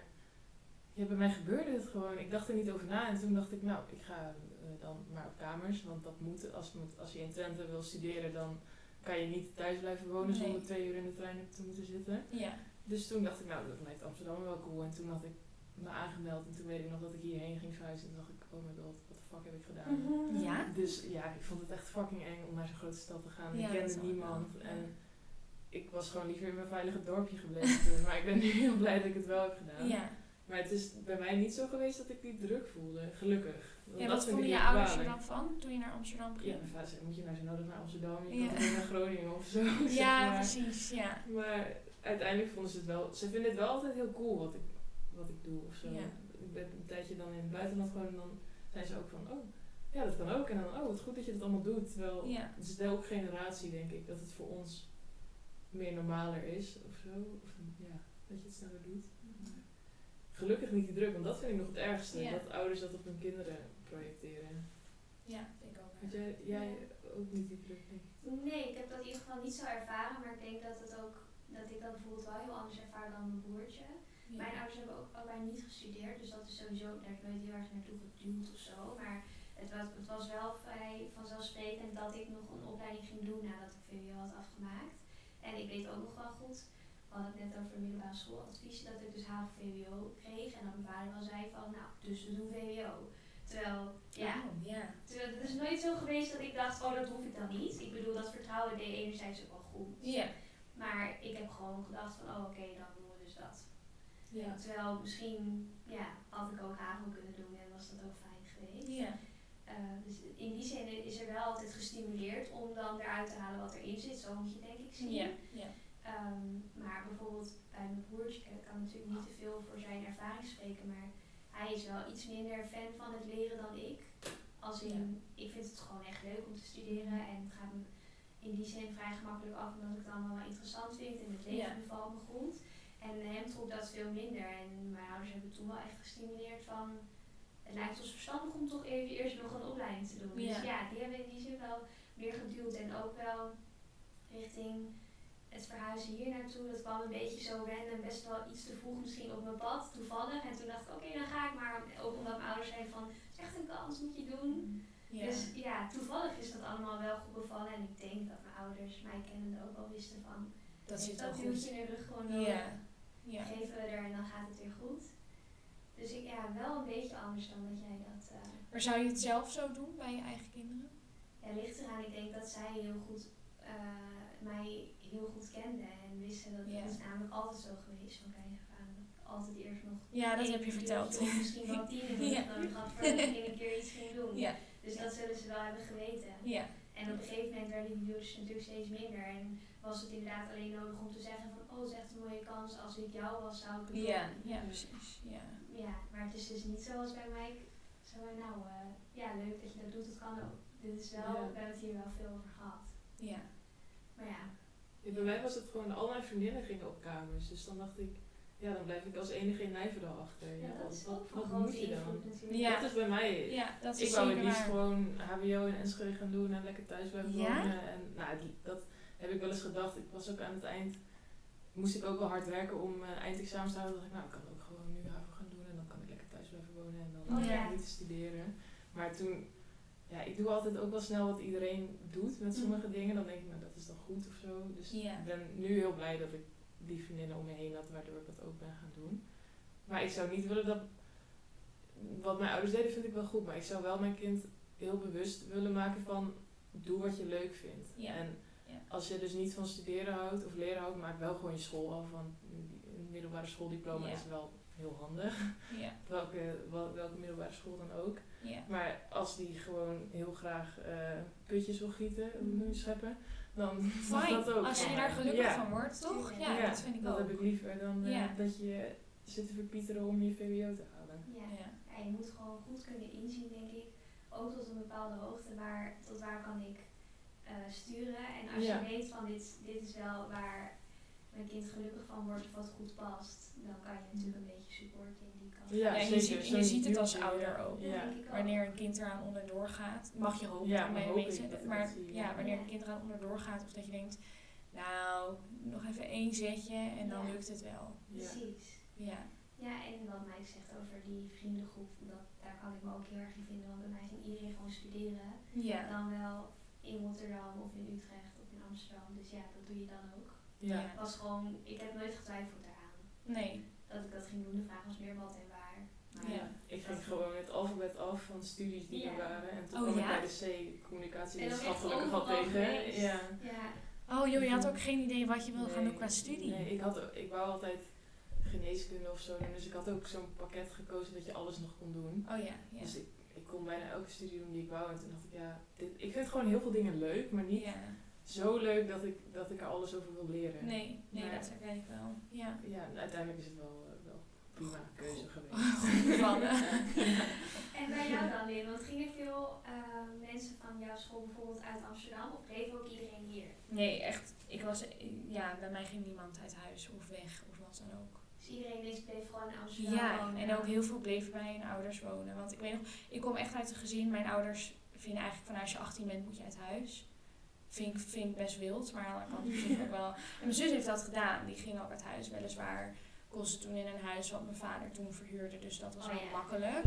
ja, bij mij gebeurde het gewoon. Ik dacht er niet over na en toen dacht ik, nou, ik ga dan maar op kamers, want dat moet. Als je in Twente wil studeren, dan kan je niet thuis blijven wonen zonder 2 uur in de trein te moeten zitten. Ja. Dus toen dacht ik, nou, dat lijkt Amsterdam wel cool. En toen had ik me aangemeld en toen weet ik nog dat ik hierheen ging verhuizen. En toen dacht ik, oh my god, wat de fuck heb ik gedaan? Ja? Dus ja, ik vond het echt fucking eng om naar zo'n grote stad te gaan. Ja, Ik dat kende snap ik niemand. wel. En ik was gewoon liever in mijn veilige dorpje gebleven toen. Maar ik ben nu heel blij dat ik het wel heb gedaan. Ja. Maar het is bij mij niet zo geweest dat ik die druk voelde, gelukkig. Want Ja, dat wat vind vonden ik je heel ouders er kwalijk. dan van toen je naar Amsterdam ging? Ja, mijn vader zei, moet je nou zo nodig naar Amsterdam? Je Ja. kan toch niet naar Groningen of zo. zeg Ja, maar. precies. Ja. Maar uiteindelijk vonden ze het wel... Ze vinden het wel altijd heel cool wat ik doe of zo. Ja. Ik ben een tijdje dan in het buitenland gewoon en dan zijn ze ook van... Oh, ja, dat kan ook. En dan, oh, wat goed dat je dat allemaal doet. Terwijl het is elke generatie, denk ik, dat het voor ons meer normaler is of zo. Of ja, dat je het sneller doet. Maar gelukkig niet die druk, want dat vind ik nog het ergste. Ja. Dat ouders dat op hun kinderen projecteren. Ja, denk ik ook. Weet jij ook niet die druk, denk ik? Nee, ik heb dat in ieder geval niet zo ervaren, maar ik denk dat ik dat bijvoorbeeld wel heel anders ervaar dan mijn broertje. Ja. Mijn ouders hebben ook allebei niet gestudeerd, dus dat is sowieso, daar heb ik nooit heel erg naartoe geduwd of zo. Maar het was wel vrij vanzelfsprekend dat ik nog een opleiding ging doen nadat ik VWO had afgemaakt. En ik weet ook nog wel goed, we hadden het net over middelbare schooladvies, dat ik dus HAVO-VWO kreeg en dat mijn vader wel zei van, nou, dus we doen VWO. Terwijl, terwijl het is nooit zo geweest dat ik dacht, oh, dat hoef ik dan niet. Ik bedoel, dat vertrouwen deed enerzijds ook wel goed. Ja. Maar ik heb gewoon gedacht van, oh, oké, dan doen we dus dat. Ja. Terwijl misschien, had ik ook HAVO kunnen doen en was dat ook fijn geweest. Ja. Dus in die zin is er wel altijd gestimuleerd om dan eruit te halen wat erin zit. Zo moet je denk ik zien. Ja, ja. Maar bijvoorbeeld bij mijn broertje, ik kan natuurlijk niet te veel voor zijn ervaring spreken, maar hij is wel iets minder fan van het leren dan ik. Als in, ik vind het gewoon echt leuk om te studeren en het gaat me in die zin vrij gemakkelijk af omdat ik het allemaal wel interessant vind en het leven bevalt me goed. En hem trok dat veel minder en mijn ouders hebben toen wel echt gestimuleerd van het lijkt ons verstandig om toch even eerst nog een opleiding te doen. Dus ja, die hebben in die zin wel meer geduwd en ook wel richting het verhuizen hier naartoe. Dat kwam een beetje zo random, best wel iets te vroeg misschien op mijn pad, toevallig. En toen dacht ik oké, dan ga ik maar, ook omdat mijn ouders zeiden van, het is echt een kans, moet je doen. Ja. Dus ja, toevallig is dat allemaal wel goed bevallen en ik denk dat mijn ouders mij kennende ook wel wisten van, dat zit dat duwtje in de rug gewoon nodig. Geven we er en dan gaat het weer goed. Dus ik, wel een beetje anders dan dat jij dat... Maar zou je het zelf zo doen bij je eigen kinderen? Ja, ligt eraan. Ik denk dat zij heel goed, mij heel goed kenden en wisten dat het is namelijk altijd zo geweest van klein af aan. Altijd eerst nog... Ja, dat heb je verteld. Of misschien wel 10 minuten nodig had voordat ik een keer iets ging doen. Ja. Dus dat zullen ze wel hebben geweten. Ja. En op een gegeven moment werden die video's natuurlijk steeds minder. En was het inderdaad alleen nodig om te zeggen van, oh, het is echt een mooie kans. Als ik jou was, zou ik het doen. Ja, precies. Ja, maar het is dus niet zoals bij mij. Zo, nou, leuk dat je dat doet, dat kan ook. Dit is wel, we hebben het hier wel veel over gehad. Ja. Maar ja. Bij mij was het gewoon, al mijn vriendinnen gingen op kamers. Dus dan dacht ik, dan blijf ik als enige in Nijverdal achter. Wat moet je dan? Ja. Dat is bij mij. Ja, dat is ik wou het liefst gewoon HBO in Enschede gaan doen en lekker thuis blijven wonen. En dat heb ik wel eens gedacht. Ik was ook aan het eind, moest ik ook wel hard werken om eindexamens te houden. Dacht ik, ik kan ook gewoon nu HAVO gaan doen en dan kan ik lekker thuis blijven wonen en dan niet studeren. Maar toen, ik doe altijd ook wel snel wat iedereen doet met sommige dingen. Dan denk ik, dat is dan goed of zo. Dus ik ben nu heel blij dat ik die vriendinnen om me heen had, waardoor ik dat ook ben gaan doen. Maar ik zou niet willen dat... Wat mijn ouders deden vind ik wel goed, maar ik zou wel mijn kind heel bewust willen maken van, doe wat je leuk vindt. Ja. En als je dus niet van studeren houdt of leren houdt, maak wel gewoon je school af, want een middelbare schooldiploma is wel heel handig. Ja. Welke middelbare school dan ook. Ja. Maar als die gewoon heel graag putjes wil gieten, scheppen, dan mag dat ook. Als je daar gelukkig van wordt, toch? Ja, dat vind ik ook. Dat heb ik liever dan dat je zit te verpieteren om je VWO te halen. Ja, je moet gewoon goed kunnen inzien, denk ik. Ook tot een bepaalde hoogte, tot waar kan ik sturen. En als je weet van dit is wel waar mijn kind gelukkig van wordt of wat goed past, dan kan je natuurlijk een beetje supporten in die kant. Ja, je ziet het als ouder ook. Ja. Wanneer een kind eraan onderdoor gaat, mag je hopen. Maar wanneer een kind eraan onderdoor gaat, of dat je denkt, nou, nog even 1 zetje en dan lukt het wel. Precies. Ja, en wat Mike zegt over die vriendengroep, daar kan ik me ook heel erg in vinden, want bij mij ging iedereen gewoon studeren. Ja. Dan wel in Rotterdam of in Utrecht of in Amsterdam, dus dat doe je dan ook. Ja. Het was gewoon, ik heb nooit getwijfeld daaraan. Nee. Dat ik dat ging doen, de vraag was meer wat en waar. Maar ik ging gewoon het alfabet af van studies die er waren en toen kwam ik bij de C, communicatiewetenschappelijke al tegen. Ja. Oh joh, je had ook geen idee wat je wilde gaan doen qua studie? Nee, ik wou altijd geneeskunde of zo doen, dus ik had ook zo'n pakket gekozen dat je alles nog kon doen. Oh ja. Dus ik kon bijna elke studie doen die ik wou en toen dacht ik, ik vind gewoon heel veel dingen leuk, maar niet zo leuk dat ik er alles over wil leren. Nee, dat herken ik wel. Ja, uiteindelijk is het wel prima keuze geweest. En bij jou dan, Lynn? Want gingen veel mensen van jouw school bijvoorbeeld uit Amsterdam of bleef ook iedereen hier? Nee, echt. Bij mij ging niemand uit huis of weg of wat dan ook. Dus iedereen bleef gewoon in Amsterdam wonen? En ook heel veel bleven bij hun ouders wonen. Want ik weet nog, ik kom echt uit een gezin, mijn ouders vinden eigenlijk van als je 18 bent moet je uit huis. Vind ik best wild, maar aan de andere kant ook wel. En mijn zus heeft dat gedaan, die ging ook uit huis. Weliswaar kon ze toen in een huis wat mijn vader toen verhuurde, dus dat was wel makkelijk.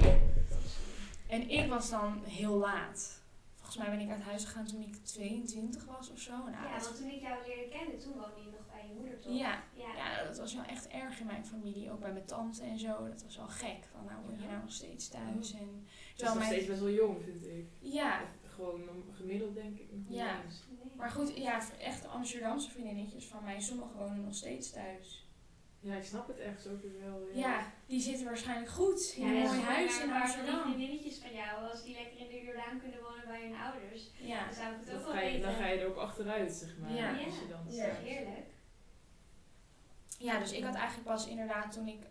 En ik was dan heel laat. Volgens mij ben ik uit huis gegaan toen ik 22 was of zo. Nou, want toen ik jou leerde kennen, toen woonde je nog bij je moeder, toch? Ja, dat was wel echt erg in mijn familie. Ook bij mijn tante en zo. Dat was wel gek. Van, word je nou nog steeds thuis? En, dat is nog steeds best wel jong, vind ik. Ja. Gewoon gemiddeld, denk ik. Ja. Maar goed, echt Amsterdamse vriendinnetjes van mij. Sommigen wonen nog steeds thuis. Ja, ik snap het echt ook wel. Ja, die zitten waarschijnlijk goed in Ja, een en mooi huis in die Amsterdam. vriendinnetjes van jou, als die lekker in de Jordaan kunnen wonen bij hun ouders, Ja, dan zou ik het Dan ook wel ga weten. je er ook achteruit, zeg maar. Ja. Als je dan Dat is Ja. echt heerlijk. ja, dus ik had eigenlijk pas inderdaad toen ik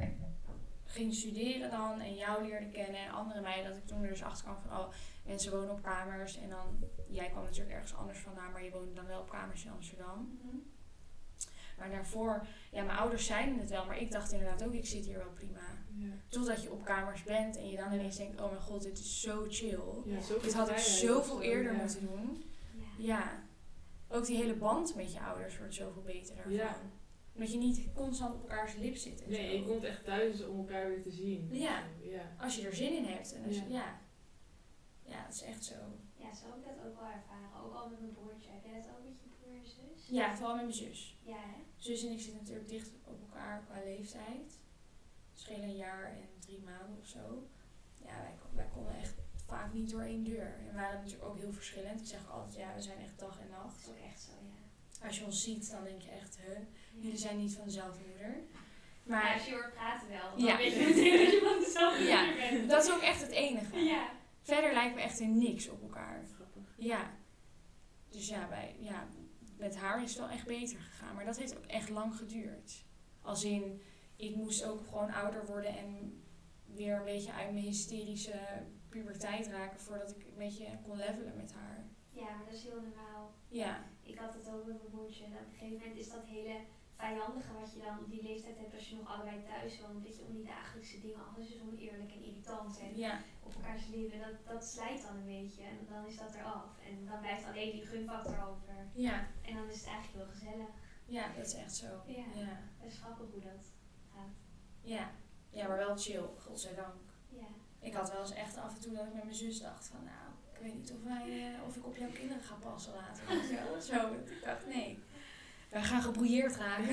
ging studeren dan en jou leerde kennen en andere meiden, dat ik toen er dus achter kwam van, oh, mensen wonen op kamers en dan, jij kwam natuurlijk ergens anders vandaan, maar je woonde dan wel op kamers in Amsterdam. Mhm. Maar daarvoor, ja, mijn ouders zeiden het wel, maar ik dacht inderdaad ook, ik zit hier wel prima. Ja. Totdat je op kamers bent en je dan ineens denkt, oh mijn god, dit is zo chill. Ja, zoveel Dit had ik vrijheid zoveel of zo, eerder ja. moeten doen. Ja. Ja. Ook die hele band met je ouders wordt zoveel beter daarvan. Ja. Omdat je niet constant op elkaars lip zit en Nee, zo. je komt echt thuis om elkaar weer te zien. Ja. Ja. Als je er zin in hebt. En dus, Ja. ja. Ja, dat is echt zo. Ja, zo heb ik dat ook wel ervaren. Ook al met mijn broertje. Heb jij dat ook met je broer en zus? Ja, vooral met mijn zus. Ja, hè? Zus en ik zitten natuurlijk dicht op elkaar qua leeftijd. Schelen een jaar en 3 maanden of zo. Ja, wij konden echt vaak niet door één deur. En we waren natuurlijk ook heel verschillend. Ik zeg altijd, ja, we zijn echt dag en Dat nacht. is ook echt zo, ja. Als je ons ziet, dan denk je echt, jullie Ja. zijn niet van dezelfde moeder. Maar Maar als je hoort praten wel, dan Ja. weet je meteen dat je van dezelfde Ja. moeder bent. dat is ook echt het enige. Ja. Verder lijken we echt in niks op elkaar. Grappig. Ja. Dus ja, met haar is het wel echt beter gegaan. Maar dat heeft ook echt lang geduurd. Als in, ik moest ook gewoon ouder worden en weer een beetje uit mijn hysterische puberteit raken voordat ik een beetje kon levelen met haar. Ja, maar dat is heel normaal. Ja, Ik had het ook met mijn broertje. En op een gegeven moment is dat hele vijandige wat je dan op die leeftijd hebt als je nog allebei thuis woont. Dat je om die dagelijkse dingen, alles is oneerlijk en irritant en ja, op elkaars leven. Dat slijt dan een beetje en dan is dat eraf. En dan blijft alleen die gunfactor over. ja, En dan is het eigenlijk heel gezellig. ja, dat is echt zo. Ja. Ja, Het is grappig hoe dat gaat. ja. Ja, maar wel chill, godzijdank. Ja. Ik had wel eens echt af en toe dat ik met mijn zus dacht van, nou, ik weet niet of ik op jouw kinderen ga passen later. Weet je wel? Zo, dat ik dacht, nee, wij gaan gebrouilleerd raken.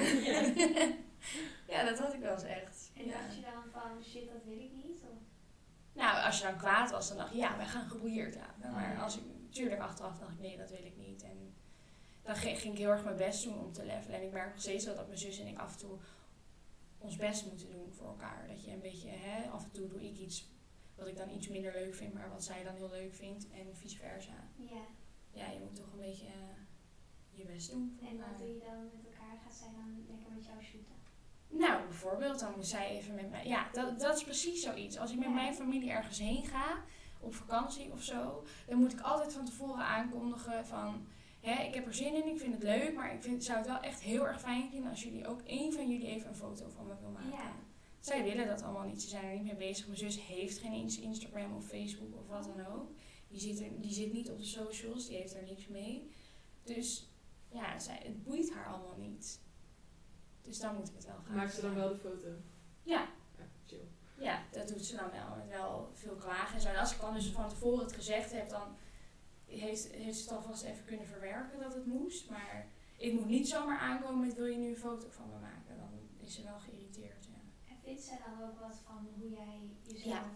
Ja, dat had ik wel eens echt. En Ja. dacht je dan van, shit, dat wil ik niet? Of? Nou, als je dan kwaad was, dan dacht je, ja, wij gaan gebrouilleerd raken. Maar Ja. als ik, natuurlijk achteraf dacht ik, nee, dat wil ik niet. En dan ging ik heel erg mijn best doen om te levelen. En ik merk nog steeds wel dat mijn zus en ik af en toe ons best moeten doen voor elkaar. Dat je een beetje, af en toe doe ik iets wat ik dan iets minder leuk vind, maar wat zij dan heel leuk vindt. En vice versa. Ja. Ja, je moet toch een beetje je best doen voor En elkaar. wat doe je dan met elkaar? Gaat zij dan lekker met jou shooten? Nou, bijvoorbeeld, dan moet zij even met mij... Ja, dat is precies zoiets. Als ik met Ja. mijn familie ergens heen ga, op vakantie of zo, dan moet ik altijd van tevoren aankondigen van... ik heb er zin in, ik vind het leuk, maar ik zou het wel echt heel erg fijn vinden als één van jullie even een foto van me wil maken. Ja. Zij willen dat allemaal niet, ze zijn er niet mee bezig. Mijn zus heeft geen Instagram of Facebook of wat dan ook. Die zit niet op de socials, die heeft er niks mee. Dus ja, het boeit haar allemaal niet. Dus dan moet ik het wel gaan. Maakt ze dan wel de foto? Ja. Ja, chill. Ja, dat doet ze dan wel. Met wel veel klagen en zo. En als ik dan dus van tevoren het gezegd heb, dan heeft ze het alvast even kunnen verwerken dat het moest. Maar ik moet niet zomaar aankomen met, wil je nu een foto van me maken? Dan is ze wel geïrriteerd, ja. En vindt zij dan ook wat van hoe jij jezelf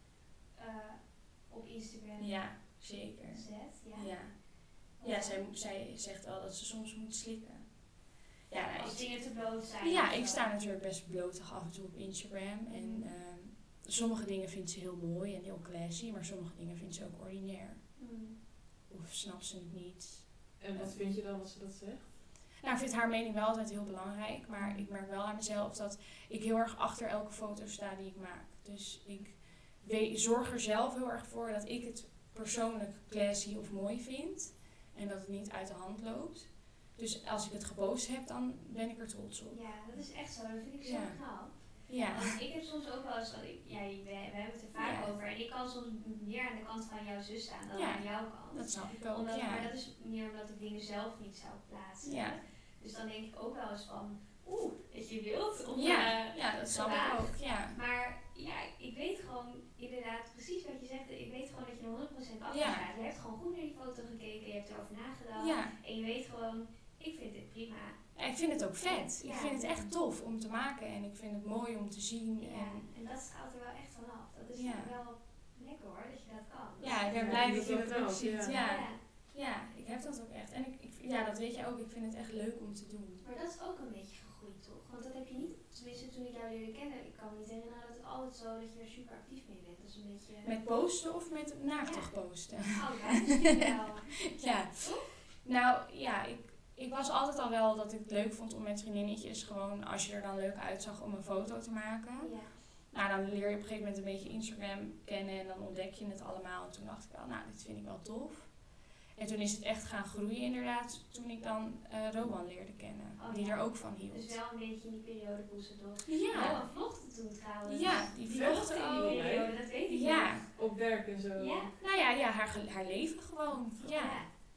op Instagram Ja, zeker. zet? Ja. Ja, ja zij zegt wel dat ze soms moet slikken. Ja, nou, Als dingen te bloot zijn. ja, of ik zo. sta natuurlijk best blotig af en toe op Instagram. En sommige dingen vindt ze heel mooi en heel classy, maar sommige dingen vindt ze ook ordinair. Mm. Of snapt ze het niet. En wat vind je dan als ze dat zegt? Nou, ik vind haar mening wel altijd heel belangrijk, maar ik merk wel aan mezelf dat ik heel erg achter elke foto sta die ik maak. Dus ik zorg er zelf heel erg voor dat ik het persoonlijk classy of mooi vind en dat het niet uit de hand loopt. Dus als ik het gepost heb, dan ben ik er trots op. Ja, dat is echt zo. Dat vind ik zo Ja. knap. Ja, Want ik heb soms ook wel eens, we hebben het er vaak Ja. over. En ik kan soms meer aan de kant van jouw zus staan dan Ja. aan jouw kant. dat snap ik ook, Maar ja. dat is meer omdat ik dingen zelf niet zou plaatsen. Ja. Dus dan denk ik ook wel eens van, dat je wilt. Of, Ja, dat snap ik vandaag. ook, ja. Maar ja, ik weet gewoon inderdaad precies wat je zegt. Ik weet gewoon dat je er 100% achter Ja. staat. Je hebt gewoon goed naar die foto gekeken, je hebt erover nagedacht. Ja. En je weet gewoon, ik vind dit prima. Ja, ik vind het ook vet. Ja. Ik vind het echt tof om te maken en ik vind het mooi om te zien. Ja, En en dat straalt er wel echt vanaf. Dat is Ja. wel lekker hoor, dat je dat kan. ja, ik ben Ja, blij dat dat je ook dat ook wel, ziet. ja. Ja. Ja, ik heb dat ook echt. En ja, dat weet je ook. Ik vind het echt leuk om te doen. Maar dat is ook een beetje gegroeid, toch? Want dat heb je niet, tenminste toen ik jou leerde kennen, ik kan me niet herinneren dat het altijd zo dat je er super actief mee bent. Dat is een beetje... Met posten of met naaktig posten? Allebei misschien wel. Ja. Nou, ja, ik was altijd al wel dat ik het leuk vond om met vriendinnetjes gewoon, als je er dan leuk uitzag, om een foto te maken. Ja. Nou, dan leer je op een gegeven moment een beetje Instagram kennen en dan ontdek je het allemaal. En toen dacht ik wel, nou, dit vind ik wel tof. En toen is het echt gaan groeien inderdaad, toen ik dan Rowan leerde kennen, die er ook van hield. Dus wel een beetje in die periode Poesendocht. Ja. Rowan vlogde toen trouwens. Ja, die vlogde in ook. die periode, dat weet ik Ja. niet. Op werk en zo. Ja. Nou ja, haar leven gewoon. Ja.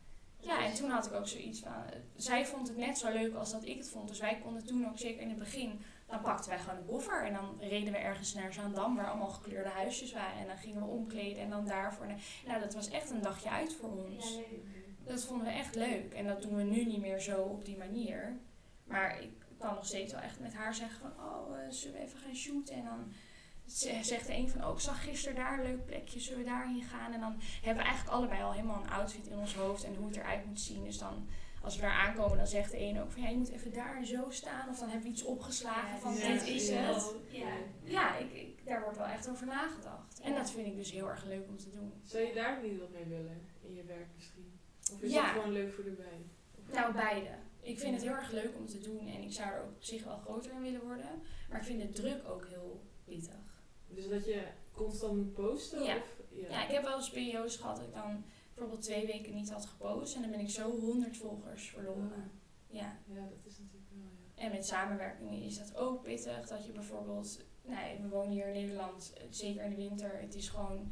Ja, en toen had ik ook zoiets van, zij vond het net zo leuk als dat ik het vond. Dus wij konden toen ook, zeker in het begin, dan pakten wij gewoon een koffer. En dan reden we ergens naar Zaandam, waar allemaal gekleurde huisjes waren. En dan gingen we omkleden en dan daarvoor. Nou, dat was echt een dagje uit voor ons. Ja, leuk. Dat vonden we echt leuk. En dat doen we nu niet meer zo op die manier. Maar ik kan nog steeds wel echt met haar zeggen van, zullen we even gaan shooten? En dan zegt de een van, ik zag gisteren daar een leuk plekje, zullen we daarheen gaan? En dan hebben we eigenlijk allebei al helemaal een outfit in ons hoofd en hoe het eruit moet zien. Dus dan, als we daar aankomen, dan zegt de een ook van, je moet even daar zo staan. Of dan hebben we iets opgeslagen van, dit is het. Ja, daar wordt wel echt over nagedacht. En dat vind ik dus heel erg leuk om te doen. Zou je daar niet wat mee willen, in je werk misschien? Of is Ja. dat gewoon leuk voor erbij? Nou, beide. Ik vind het heel erg leuk om te doen en ik zou er ook op zich wel groter in willen worden. Maar ik vind de druk ook heel pittig. Dus dat je constant moet posten? Ja. Of, Ja, ik heb wel eens periodes gehad dat ik dan bijvoorbeeld 2 weken niet had gepost. En dan ben ik zo 100 volgers verloren. Ja. Ja, dat is natuurlijk wel, ja. En met samenwerkingen is dat ook pittig. Dat je bijvoorbeeld, we wonen hier in Nederland, zeker in de winter, het is gewoon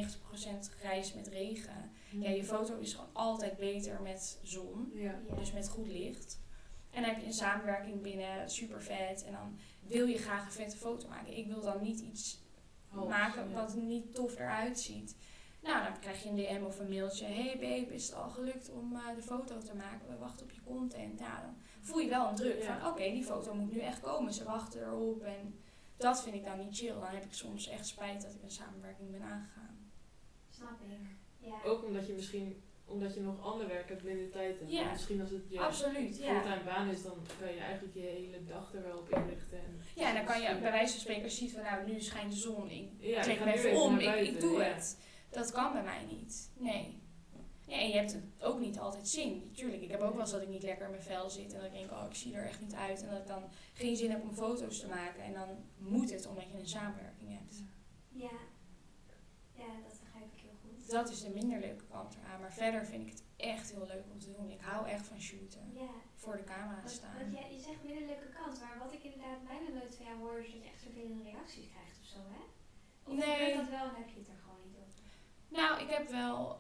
90% grijs met regen. Ja, je foto is gewoon altijd beter met zon, Ja. dus met goed licht. En dan heb je een samenwerking binnen, super vet. En dan wil je graag een vette foto maken. Ik wil dan niet iets maken wat niet tof eruit ziet. Nou, dan krijg je een DM of een mailtje. Hey babe, is het al gelukt om de foto te maken? We wachten op je content. Ja, dan voel je wel een druk van oké, die foto moet nu echt komen. Ze wachten erop en dat vind ik dan niet chill. Dan heb ik soms echt spijt dat ik een samenwerking ben aangegaan. Snap ik. Ja. Ook omdat je nog ander werk hebt binnen de tijd. En Ja. misschien als het je Absoluut, ja. fulltime baan is, dan kan je eigenlijk je hele dag er wel op inrichten. Ja, en dan kan je bij wijze van spreken, als je ziet van nou, nu schijnt de zon. Ik Ja, klik ga me nu even even om, naar buiten, ik doe ja. het. Dat kan bij mij niet. Nee. Ja, en je hebt het ook niet altijd zin. Tuurlijk, ik heb ook wel eens dat ik niet lekker in mijn vel zit. En dat ik denk, ik zie er echt niet uit. En dat ik dan geen zin heb om foto's te maken. En dan moet het, omdat je een samenwerking hebt. Ja. Ja, dat begrijp ik heel goed. Dat is de minder leuke kant eraan. Maar verder vind ik het echt heel leuk om te doen. Ik hou echt van shooten. Ja. Voor de camera Want staan. je zegt minder leuke kant, maar wat ik inderdaad bijna nooit van jou hoor, is dat je echt zoveel reacties krijgt of zo, hè? Of Nee. gebeurt dat wel en heb je het er gewoon niet op? Nou, ik heb wel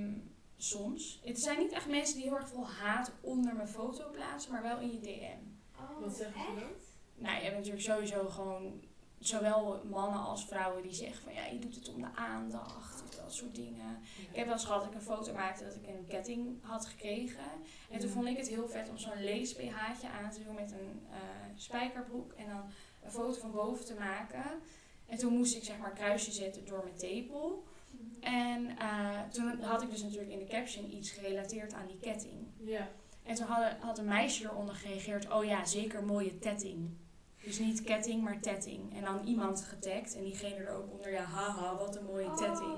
soms. Het zijn niet echt mensen die heel erg veel haat onder mijn foto plaatsen. Maar wel in je DM. Oh, Wat zeggen ze dan? echt? Nou, je hebt natuurlijk sowieso gewoon zowel mannen als vrouwen die zeggen van ja, je doet het om de aandacht of dat soort dingen. Ik heb wel eens gehad dat ik een foto maakte dat ik een ketting had gekregen. En toen vond ik het heel vet om zo'n lees BH'tje aan te doen met een spijkerbroek en dan een foto van boven te maken. En toen moest ik zeg maar kruisje zetten door mijn tepel. En toen had ik dus natuurlijk in de caption iets gerelateerd aan die ketting. Ja. En toen had een meisje eronder gereageerd, oh ja, zeker mooie tetting. Dus niet ketting, maar tetting. En dan iemand getagd en diegene er ook onder, ja, haha, wat een mooie tetting.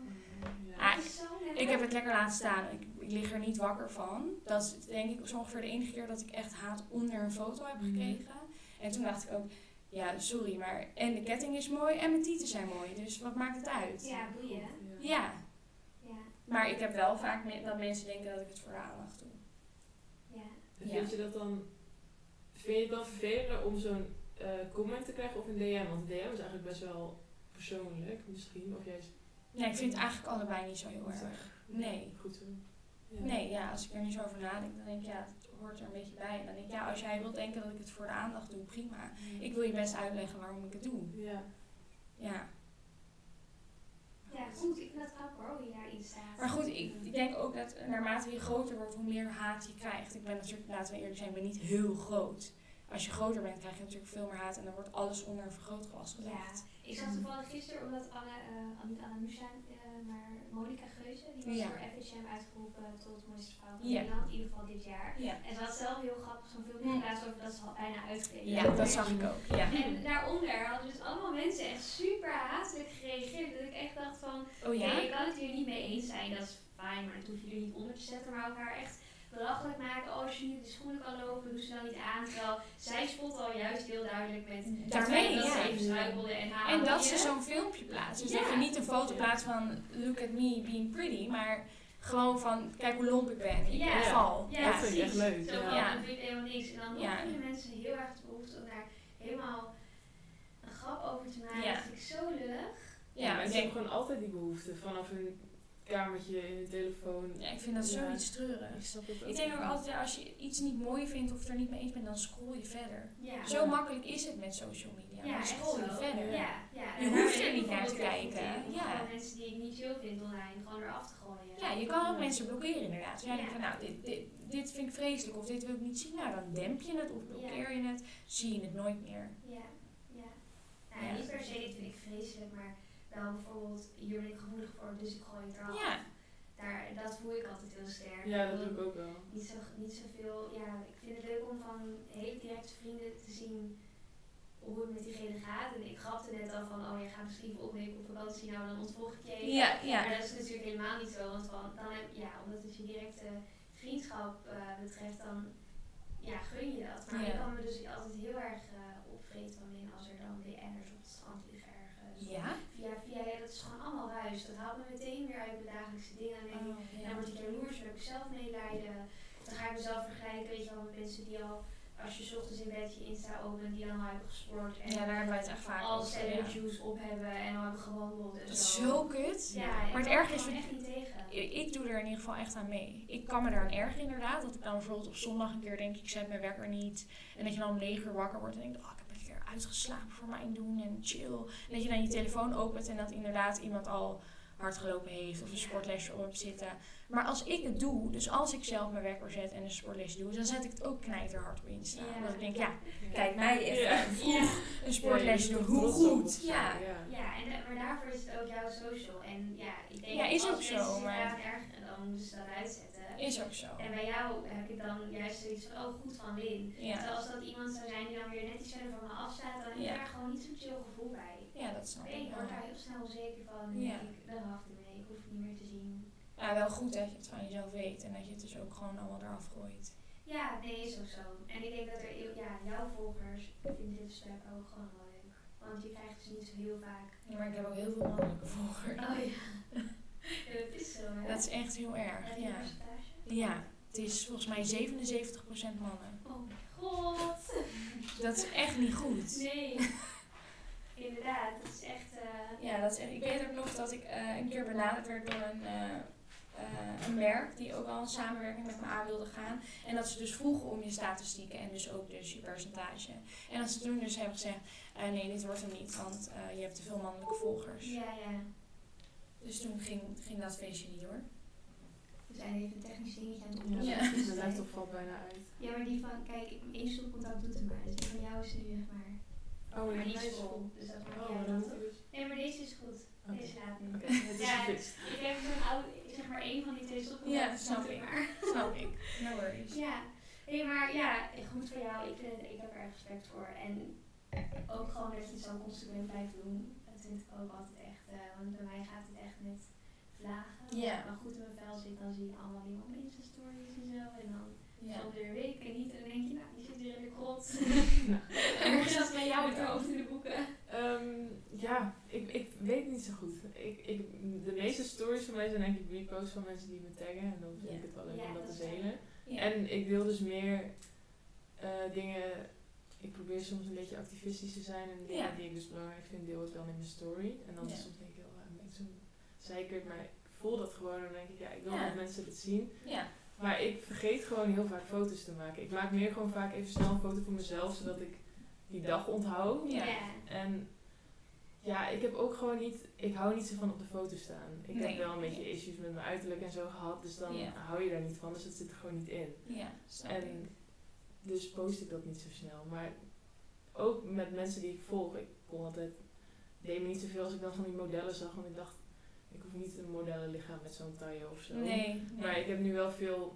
Ja. Dat is zo leuk. Ik heb het lekker laten staan. Ik lig er niet wakker van. Dat is denk ik zo ongeveer de enige keer dat ik echt haat onder een foto heb gekregen. En toen dacht ik ook, ja, sorry, maar en de ketting is mooi en mijn tieten zijn mooi. Dus wat maakt het uit? Ja, boeien. Ja. Ja. Maar ik heb wel vaak dat mensen denken dat ik het voor de aandacht doe. Ja. En vind je dat dan, vind je het dan vervelender om zo'n comment te krijgen of een DM? Want een DM is eigenlijk best wel persoonlijk misschien, of juist... Nee, ik vind het eigenlijk allebei niet zo heel erg. Nee. Goed zo. Ja. Nee, ja, als ik er niet zo over nadenk, dan denk ik, ja, het hoort er een beetje bij. En dan denk ik, ja, als jij wilt denken dat ik het voor de aandacht doe, prima. Ik wil je best uitleggen waarom ik het doe. Ja. Ja. Ja, goed. Ik vind het grappig hoor, hoe je daarin staat. Maar goed, ik denk ook dat naarmate je groter wordt, hoe meer haat je krijgt. Ik ben natuurlijk, laten we eerlijk zijn, ik ben niet heel groot. als je groter bent, krijg je natuurlijk veel meer haat. En dan wordt alles onder een vergrootglas gelegd. Ik zag toevallig gisteren, omdat niet Anna Musa, maar Monica Geuze, die was door FHM uitgeroepen tot mooiste vrouw van Nederland, in ieder geval dit jaar. Ja. En ze had zelf heel grappig zo'n filmpje geplaatst over dat ze al bijna uitgereden. Ja, dat zag ik ook. Ja. En daaronder hadden dus allemaal mensen echt super hatelijk gereageerd. Dat ik echt dacht van, ik kan het hier niet mee eens zijn, dat is fijn, maar dat hoef je er niet onder te zetten, maar elkaar echt belachelijk maken. Als je niet de schoenen kan lopen, doe ze dan niet aan. Terwijl zij spot al juist heel duidelijk met daarmee, dat ze even struikelde en dat ze zo'n filmpje plaatst. Dus dat je niet een foto plaatst van look at me being pretty, maar gewoon van kijk hoe lomp ik ben. Ik val. Ja, dat vind ik echt leuk. Zo van, dat vind ik helemaal niks. En dan vinden mensen heel erg de behoefte om daar helemaal een grap over te maken. Dat vind ik zo lullig. Ja, mensen hebben gewoon altijd die behoefte vanaf hun kamertje in de telefoon. Ja, ik vind dat zoiets treurigs. Ik denk ook altijd, als je iets niet mooi vindt of er niet mee eens bent, dan scroll je verder. Ja. Zo makkelijk is het met social media. Ja, dan scroll je verder. Ja. Je hoeft er niet naar te kijken. Ja. Mensen die ik niet chill vind online, gewoon eraf te gooien. Ja, je kan ook mensen blokkeren inderdaad. Dus jij denkt van, nou, dit vind ik vreselijk of dit wil ik niet zien. Nou, dan demp je het of blokkeer je het. Zie je het nooit meer. Nou, niet per se, dit vind ik vreselijk, maar wel bijvoorbeeld, hier ben ik gevoelig voor, dus ik gooi het eraf. Ja. Dat voel ik altijd heel sterk. Ja, dat doe ik ook wel. Niet zoveel, ik vind het leuk om van hele directe vrienden te zien hoe het met diegene gaat. En ik grapte net al van, je gaat misschien volgende week op vakantie, nou dan ontvolg ik je even. Ja. Maar dat is natuurlijk helemaal niet zo, want omdat het je directe vriendschap betreft, dan gun je dat. Maar ik kan me dus altijd heel erg opvreten van als er dan BN'ers op het strand liggen ergens. Ja? Via, dat is gewoon allemaal ruis. Dat haalt me meteen weer uit mijn dagelijkse dingen. En dan word ik jaloers, dan heb ik zelf medelijden. Dan ga ik mezelf vergelijken, weet je wel, met mensen die al, als je 's ochtends in bed je Insta opent, die dan al hebben gesport. En daar hebben wij het echt vaak al celery juice op hebben en al hebben gewandeld en dat is zo kut. Ja, maar het erg is, echt niet tegen. Ik doe er in ieder geval echt aan mee. Ik kan me daar aan ergeren inderdaad. Dat ik dan bijvoorbeeld op zondag een keer denk, ik zet mijn wekker niet. En dat je dan om 9 uur wakker wordt en denkt, ik heb een keer uitgeslapen voor mijn doen en chill. En dat je dan je telefoon opent en dat inderdaad iemand al hard gelopen heeft of een sportlesje op hebt zitten. Maar als ik het doe, dus als ik zelf mijn wekker zet en een sportlesje doe, dan zet ik het ook knijterhard op Insta. Omdat ik denk, kijk mij even vroeg een sportlesje doen. Hoe goed. Maar daarvoor is het ook jouw social. En ik denk is ook als zo, mensen zich maar eraan ergeren, dan moeten ze dat uitzetten. Is ook zo. En bij jou heb ik dan juist zoiets van, goed van Lin. Ja. Terwijl als dat iemand zou zijn die dan weer net iets verder van me afstaat, dan heb ik daar gewoon niet zo'n chill gevoel bij. Ja, dat snap ik. Ik word daar heel snel onzeker van. En denk ik, eraf ermee, ik hoef het niet meer te zien. Ja, wel goed dat je het van jezelf weet en dat je het dus ook gewoon allemaal eraf gooit. Ja, nee, is ook zo. En ik denk dat jouw volgers vinden dit gesprek ook gewoon wel leuk. Want je krijgt dus niet zo heel vaak. Ja, maar ik heb ook heel veel mannelijke volgers. Oh ja. Dat is zo, hè? Dat is echt heel erg, ja. Ja, het is volgens mij 77% mannen. Oh mijn god. Dat is echt niet goed. Nee. Inderdaad, dat is echt... Ja, dat is echt... Ik weet ook nog dat ik een keer benaderd werd door een merk die ook al een samenwerking met me aan wilde gaan. En dat ze dus vroegen om je statistieken en dus ook dus je percentage. En dat ze toen dus hebben gezegd, nee, dit wordt hem niet, want je hebt te veel mannelijke volgers. Ja. Dus toen ging dat feestje niet door. We zijn even een technisch dingetje aan het oplossen. Ja, de laptop valt bijna uit. Ja, maar die van, kijk, één stopcontact doet het maar. Dus die van jou is nu zeg maar... Oh, maar die is vol. Dus dat maakt niet uit. Nee, maar deze is goed. Okay. Deze gaat nu. Okay, het is gefixt. Ik heb zo'n oude, zeg maar één van die twee stopcontacten. Ja, snap ik. Snap ik. No worries. Ja. Nee, maar goed voor jou. Ik heb er erg respect voor. En ook gewoon dat je het zo consequent blijft doen. Dat vind ik ook altijd echt, want bij mij gaat het echt met vlagen. Ja. Als ik goed in mijn vel zit, dan zie je allemaal dingen op mijn Insta-stories en zo. En dan soms weer weken niet. En dan denk je, die zit weer in de grot. En hoe is dat bij jou met hoofd in de boeken? Ik weet niet zo goed. De meeste stories van mij zijn eigenlijk reposts van mensen die me taggen. En dan vind ik het wel leuk om dat te delen. Ja. En ik deel dus meer dingen... Ik probeer soms een beetje activistisch te zijn. En dingen die ik dus belangrijk vind, deel ik dan in mijn story. En dan soms denk ik heel zo'n zeikert. Maar ik voel dat gewoon. En dan denk ik, ik wil dat mensen het zien. Ja. Maar ik vergeet gewoon heel vaak foto's te maken. Ik maak meer gewoon vaak even snel een foto voor mezelf. Zodat ik die dag onthoud. Ja. En... Ja, ik heb ook gewoon niet... Ik hou niet zo van op de foto staan. Ik heb wel een beetje issues met mijn uiterlijk en zo gehad. Dus dan hou je daar niet van. Dus dat zit er gewoon niet in. Ja, Dus post ik dat niet zo snel. Maar ook met mensen die ik volg, ik kon altijd, deed me niet zoveel als ik dan van die modellen zag. Want ik dacht, ik hoef niet een modellenlichaam met zo'n taille of zo. Nee. Maar ik heb nu wel veel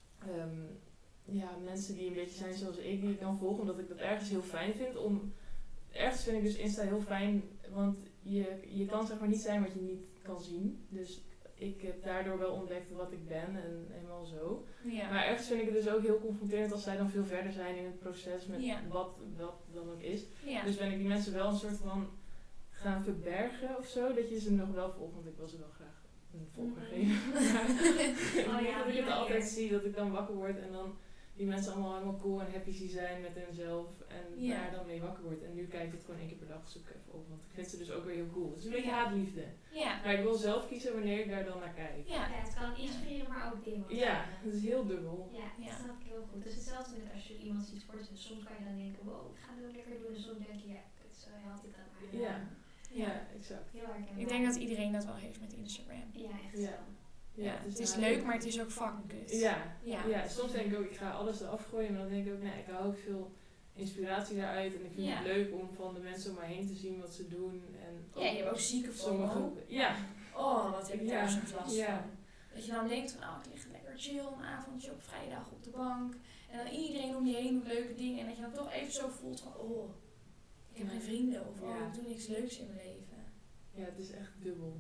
mensen die een beetje zijn zoals ik, die ik dan volg. Omdat ik dat ergens heel fijn vind. Ergens vind ik dus Insta heel fijn, want je kan zeg maar niet zijn wat je niet kan zien. Dus ik heb daardoor wel ontdekt wat ik ben en helemaal zo. Ja. Maar ergens vind ik het dus ook heel confronterend als zij dan veel verder zijn in het proces met wat dan ook is. Ja. Dus ben ik die mensen wel een soort van gaan verbergen of zo, dat je ze nog wel volgt, want ik wil ze wel graag een volger geven. Dat ik het altijd zie, dat ik dan wakker word en dan die mensen allemaal helemaal cool en happy zie zijn met hunzelf en daar dan mee wakker wordt. En nu kijk ik het gewoon 1 keer per dag, zoek ik even op, want ik vind ze dus ook weer heel cool. Het is een beetje haatliefde. Ja. Maar ik wil zelf kiezen wanneer ik daar dan naar kijk. Ja. Het kan inspireren, maar ook demotiveren. Ja, het is heel dubbel. Ja, dat snap ik heel goed. Dus hetzelfde met als je iemand ziet sporten. Dus soms kan je dan denken, wow, ik ga het lekker doen. En soms denk je, ja, zo had ik dat maar. Ja, exact. Heel herkenbaar. Ik denk dat iedereen dat wel heeft met Instagram. Ja, echt Ja. zo. Ja, het is leuk, maar het is ook fucking kut. Ja, soms denk ik ook, ik ga alles eraf gooien, maar dan denk ik ook, nee, ik haal ook veel inspiratie daaruit en ik vind het leuk om van de mensen om mij heen te zien wat ze doen. En je hebt ook zieke sommige. Ja. Oh, wat heb ik daar soms last Ja. van. Dat je dan denkt van, ik lig lekker chill een avondje op vrijdag op de bank. En dan iedereen om je heen doet leuke dingen. En dat je dan toch even zo voelt van, ik heb geen vrienden. Of ik doe niks leuks in mijn leven. Ja, het is echt dubbel.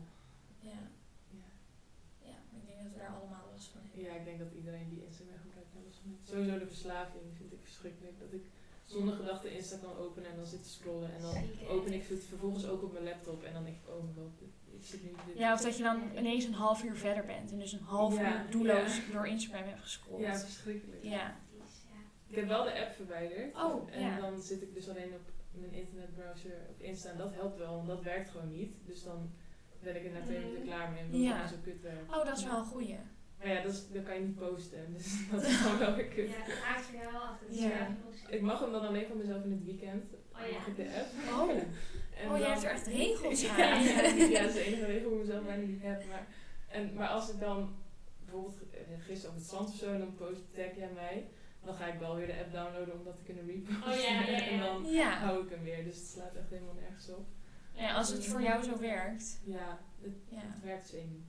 Ja, maar ik denk dat we daar allemaal last van hebben. Ja, ik denk dat iedereen die Instagram gebruikt daar last van heeft. Sowieso de verslaving vind ik verschrikkelijk. Dat ik zonder gedachte Insta kan openen en dan zit te scrollen. En dan open ik het vervolgens ook op mijn laptop. En dan denk ik, oh mijn god, ik zit nu dit. Ja, of dat je dan ineens een half uur verder bent. En dus een half uur doelloos door Instagram hebt gescrolld. Ja, verschrikkelijk. Ja. Ik heb wel de app verwijderd. Oh, en dan zit ik dus alleen op mijn internetbrowser op Insta. En dat helpt wel, want dat werkt gewoon niet. Dus dan ben ik er na 2 minuten klaar mee. Omdat het gewoon zo kut werkt. Oh, dat is wel een goeie. Maar ja, dat kan je niet posten. Dus dat is gewoon wel weer kut. Ja, dat haakt voor jou af. Ik mag hem dan alleen van mezelf in het weekend. Mag ik de app. Oh, jij hebt er echt regels aan. Ja, dat is de enige regel voor mezelf bijna die ik heb. Maar als ik dan bijvoorbeeld gisteren op het strand of zo, dan tag jij mij. Dan ga ik wel weer de app downloaden om dat te kunnen reposten. En dan hou ik hem weer. Dus het slaat echt helemaal nergens op. Ja, als het voor jou zo werkt. Ja, het werkt zeker.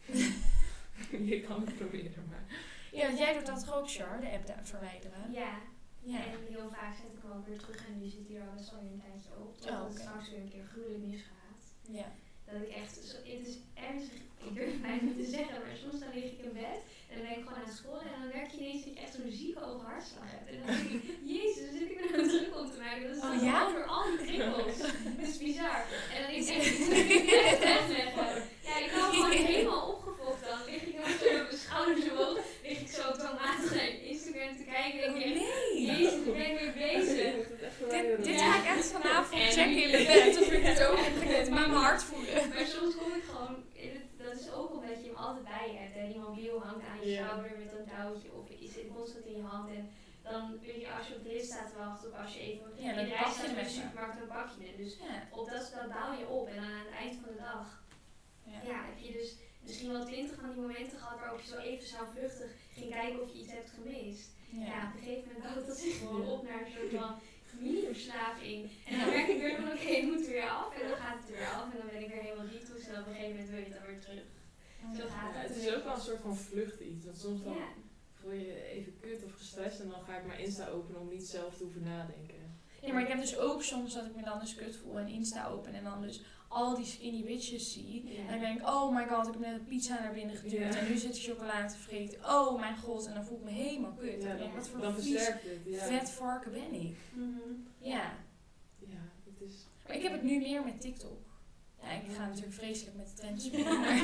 Je kan het proberen, maar. Ja, want jij doet dat toch ook, Char, de app verwijderen? Ja. En heel vaak zet ik hem ook weer terug en nu zit hij er al best wel een tijdje op. Totdat het straks weer een keer gruwelijk misgaat. Ja. Dat ik echt, het is ernstig, ik durf het bijna niet te zeggen, maar soms dan lig ik in bed en dan ben ik gewoon aan het scrollen en dan merk je ineens dat je echt zo'n zieke hoge hartslag hebt. En dan denk ik, jezus, zit ik me nou druk om te maken? Dat is gewoon door al die prikkels. Het is bizar. En dan is het echt leggen. Ja, ik kan gewoon helemaal opgefokt dan. Lig ik dan zo op mijn schouders omhoog, lig ik zo dwangmatig naar Instagram te kijken en denk ik, jezus, ik ben weer bezig. Dit ga ik echt vanavond checken in mijn bed. Of ik het ook met mijn hart voelen. Maar soms kom ik gewoon, dat is ook omdat je hem altijd bij je hebt. Hè. Die mobiel hangt aan je schouder met een touwtje of je zit constant in je hand. En dan weet je, als je op de rit staat te wachten of als je even in de rij staat bij de supermarkt, dan pak je het. Dus dat bouw je op en dan aan het eind van de dag heb je dus misschien wel 20 van die momenten gehad waarop je zo even zo vluchtig ging kijken of je iets hebt gemist. Ja, op een gegeven moment bouwt dat zich gewoon op naar een soort van familieverslaving. En dan merk ik weer van oké, het moet weer af. En dan gaat het weer af. En dan ben ik weer helemaal detox. En op een gegeven moment wil je het dan weer terug. Zo gaat het. Het is ook wel een soort van vlucht iets. Want soms dan voel je je even kut of gestrest. En dan ga ik maar Insta openen om niet zelf te hoeven nadenken. Ja, maar ik heb dus ook soms dat ik me dan dus kut voel en Insta open. En dan dus al die skinny bitches zie. En dan denk ik, oh my god, ik heb net een pizza naar binnen geduwd. En nu zit ik chocolade te vreten. Oh mijn god. En dan voel ik me helemaal kut. Ja, denk, wat voor dan versterkt het. Vet varken ben ik. Ja, het is. Maar ik heb het nu meer met TikTok. Ja, ik ga natuurlijk vreselijk met de trends spelen. Maar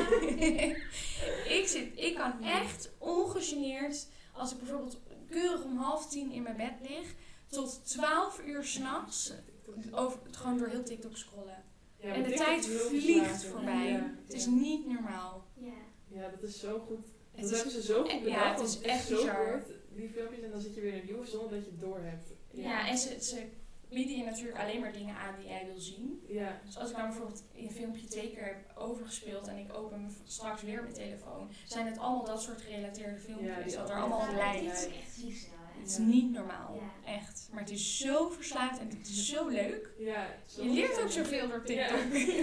ik kan echt ongegeneerd, als ik bijvoorbeeld keurig om 9:30 in mijn bed lig, tot 12 uur 's nachts gewoon door heel TikTok scrollen. Ja, en de tijd vliegt voorbij. Het is niet normaal. Ja, dat is zo goed. Dat hebben ze zo goed bedacht. Ja, het is echt zo bizar. kort, die filmpjes, en dan zit je weer in een nieuwe zonder dat je het door hebt. Ja, en ze bieden je natuurlijk alleen maar dingen aan die jij wil zien. Ja. Dus als ik dan bijvoorbeeld een filmpje 2 keer heb overgespeeld en ik open straks weer mijn telefoon, zijn het allemaal dat soort gerelateerde filmpjes. Ja, dat er allemaal op lijkt. Dit is echt ziek snel, hè? Het is niet normaal. Ja. Echt. Maar het is zo verslaafd en het is zo leuk. Ja, Je leert ook zoveel door TikTok.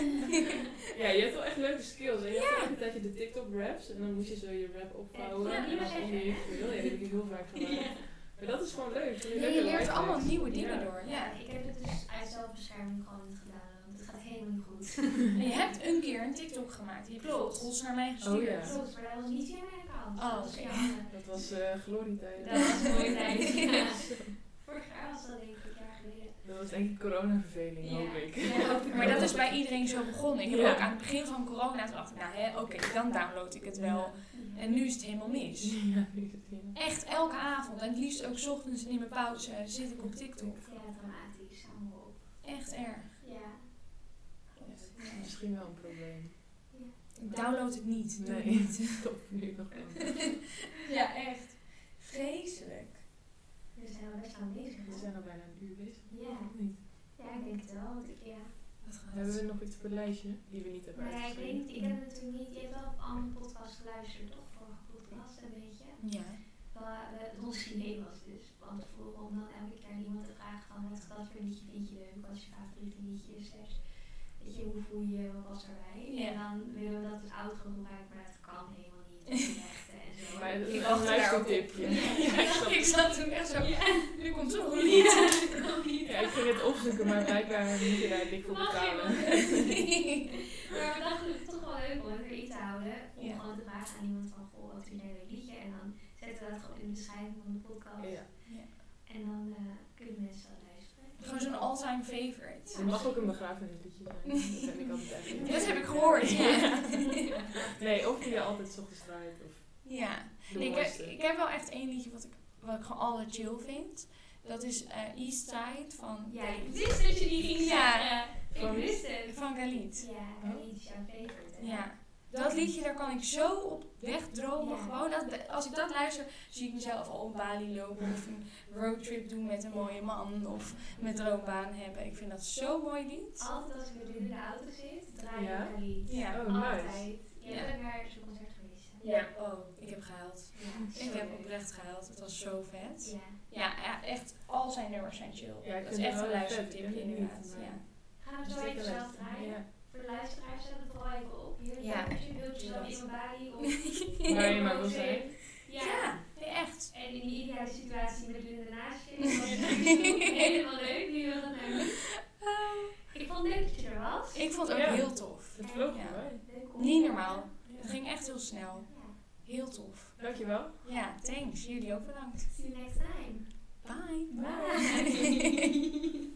Ja, je hebt wel echt leuke skills. Hè? Je hebt ook een tijdje de TikTok raps en dan moest je zo je rap opvouwen. Ja, en dan onder je geheel. Ja, die heb ik heel vaak gedaan. Ja. Maar dat is gewoon leuk. Ja, je leert allemaal nieuwe dingen door. Ja, Ja. ik heb het dus uit zelfbescherming gewoon niet gedaan. Want het gaat helemaal niet goed. En je hebt een keer een TikTok gemaakt. Je hebt foto's naar mij gestuurd. Oh, ja. Klopt, maar dat was niet via mijn account. Oh, Dat was oké. via Anne. Dat was glorietijd. Dat was een mooie tijd. Ja. Vorig jaar was dat denk ik, een jaar geleden. Dat was denk ik coronaverveling, Ja. hoop ik. Ja, hoop ik Maar dat is bij iedereen zo begonnen. Ik heb Ja. ook aan het begin van corona toen dacht ik, nou oké, dan download ik het wel. Ja. En nu is het helemaal mis. Ja, nu is het hier. Echt elke avond. En het liefst ook 's ochtends in mijn pauze zit ik op TikTok. Ja, dramatisch, allemaal op. Echt erg. Ja. Misschien wel een probleem. Ik download het niet. Doe het Nee, niet. stop nu nog wel. Ja, echt. Vreselijk. We zijn al best lang bezig. We hè? zijn al bijna een uur bezig. Ja. Of niet? Ja, ik denk het wel. Want ik, ja. Wat gaat Hebben we nog iets op het lijstje die we niet hebben Maar ja, ik weet uitgeschreven? niet, ik heb natuurlijk niet, je hebt wel op andere podcasts geluisterd, toch? Vorige podcast, een beetje. Ja. Ons idee was dus van tevoren om dan elke keer iemand te vragen van wat voor liedje vind je leuk, wat is je favoriete liedje, weet je, hoe voel je, wat was erbij. Ja. En dan willen we dat als outro gebruiken, maar dat kan helemaal niet, rechten en zo. Maar dat Ik is wacht een luistertipje. Ik zat toen echt zo, Ja. nu komt er nog een lied. Ja, ik ging het opzoeken, maar blijkbaar moet je daar dik voor Mag je betalen. Maar we dachten het is toch wel leuk om het erin te houden. Om Ja. gewoon te vragen aan iemand van, goh, wat vind jij een leuk liedje? En dan zetten we dat gewoon in de beschrijving van de podcast. Ja. En dan kunnen mensen dat luisteren. Gewoon zo'n all-time favorite. Het mag ook een begrafenisliedje zijn. Dat vind ik altijd echt. Dat heb ik gehoord, ja. Nee, of die je altijd 's ochtends draait. Of Ja. de Nee, mooiste. ik heb wel echt één liedje wat ik gewoon altijd chill vind. Dat is East Side van Ja, ik Galit. wist dat je die ging Ja. zeggen. Van Ik wie? wist het. Van Galit. Ja, die is jouw favorite. hè? Ja. Dat liedje, daar kan ik zo op wegdromen. Ja. Gewoon als ik dat luister, zie ik mezelf al op Bali lopen. Of een roadtrip doen met een mooie man. Of mijn droombaan hebben. Ik vind dat zo'n mooi lied. Altijd als ik met jullie in de auto zit, draai ik Ja? dat lied. Ja. Oh, nice. Altijd. Je Ja. bent ook naar zo'n concert geweest. hè? Ja, oh, ik heb gehuild. Ja, Ik zo heb leuk. oprecht gehuild. Het was zo vet. Ja. Ja, echt, al zijn nummers zijn chill. Ja, ik dat is vind echt het een wel luistertip vet. Ik ken het inderdaad. niet, maar- Ja. Gaan we zo even zelf draaien? Ja. Voor de luisteraars, zet het vooral even op. Hier, Ja. als je wilt jezelf in Bali of Waar je maar wil zijn. Ja. Ja, nee, echt. En in die ideale situatie met Linda naast je. Dat was natuurlijk helemaal leuk. Wie wil dat nou niet? Ik vond het leuk dat je er was. Ik vond het ook Ja. heel tof. Het vloog Ja. voorbij. Leuk om- Niet normaal. Ja. Het ging echt heel snel. Ja. Heel tof. Dankjewel. Ja, thanks. Jullie ook bedankt. See you next time. Bye. Bye.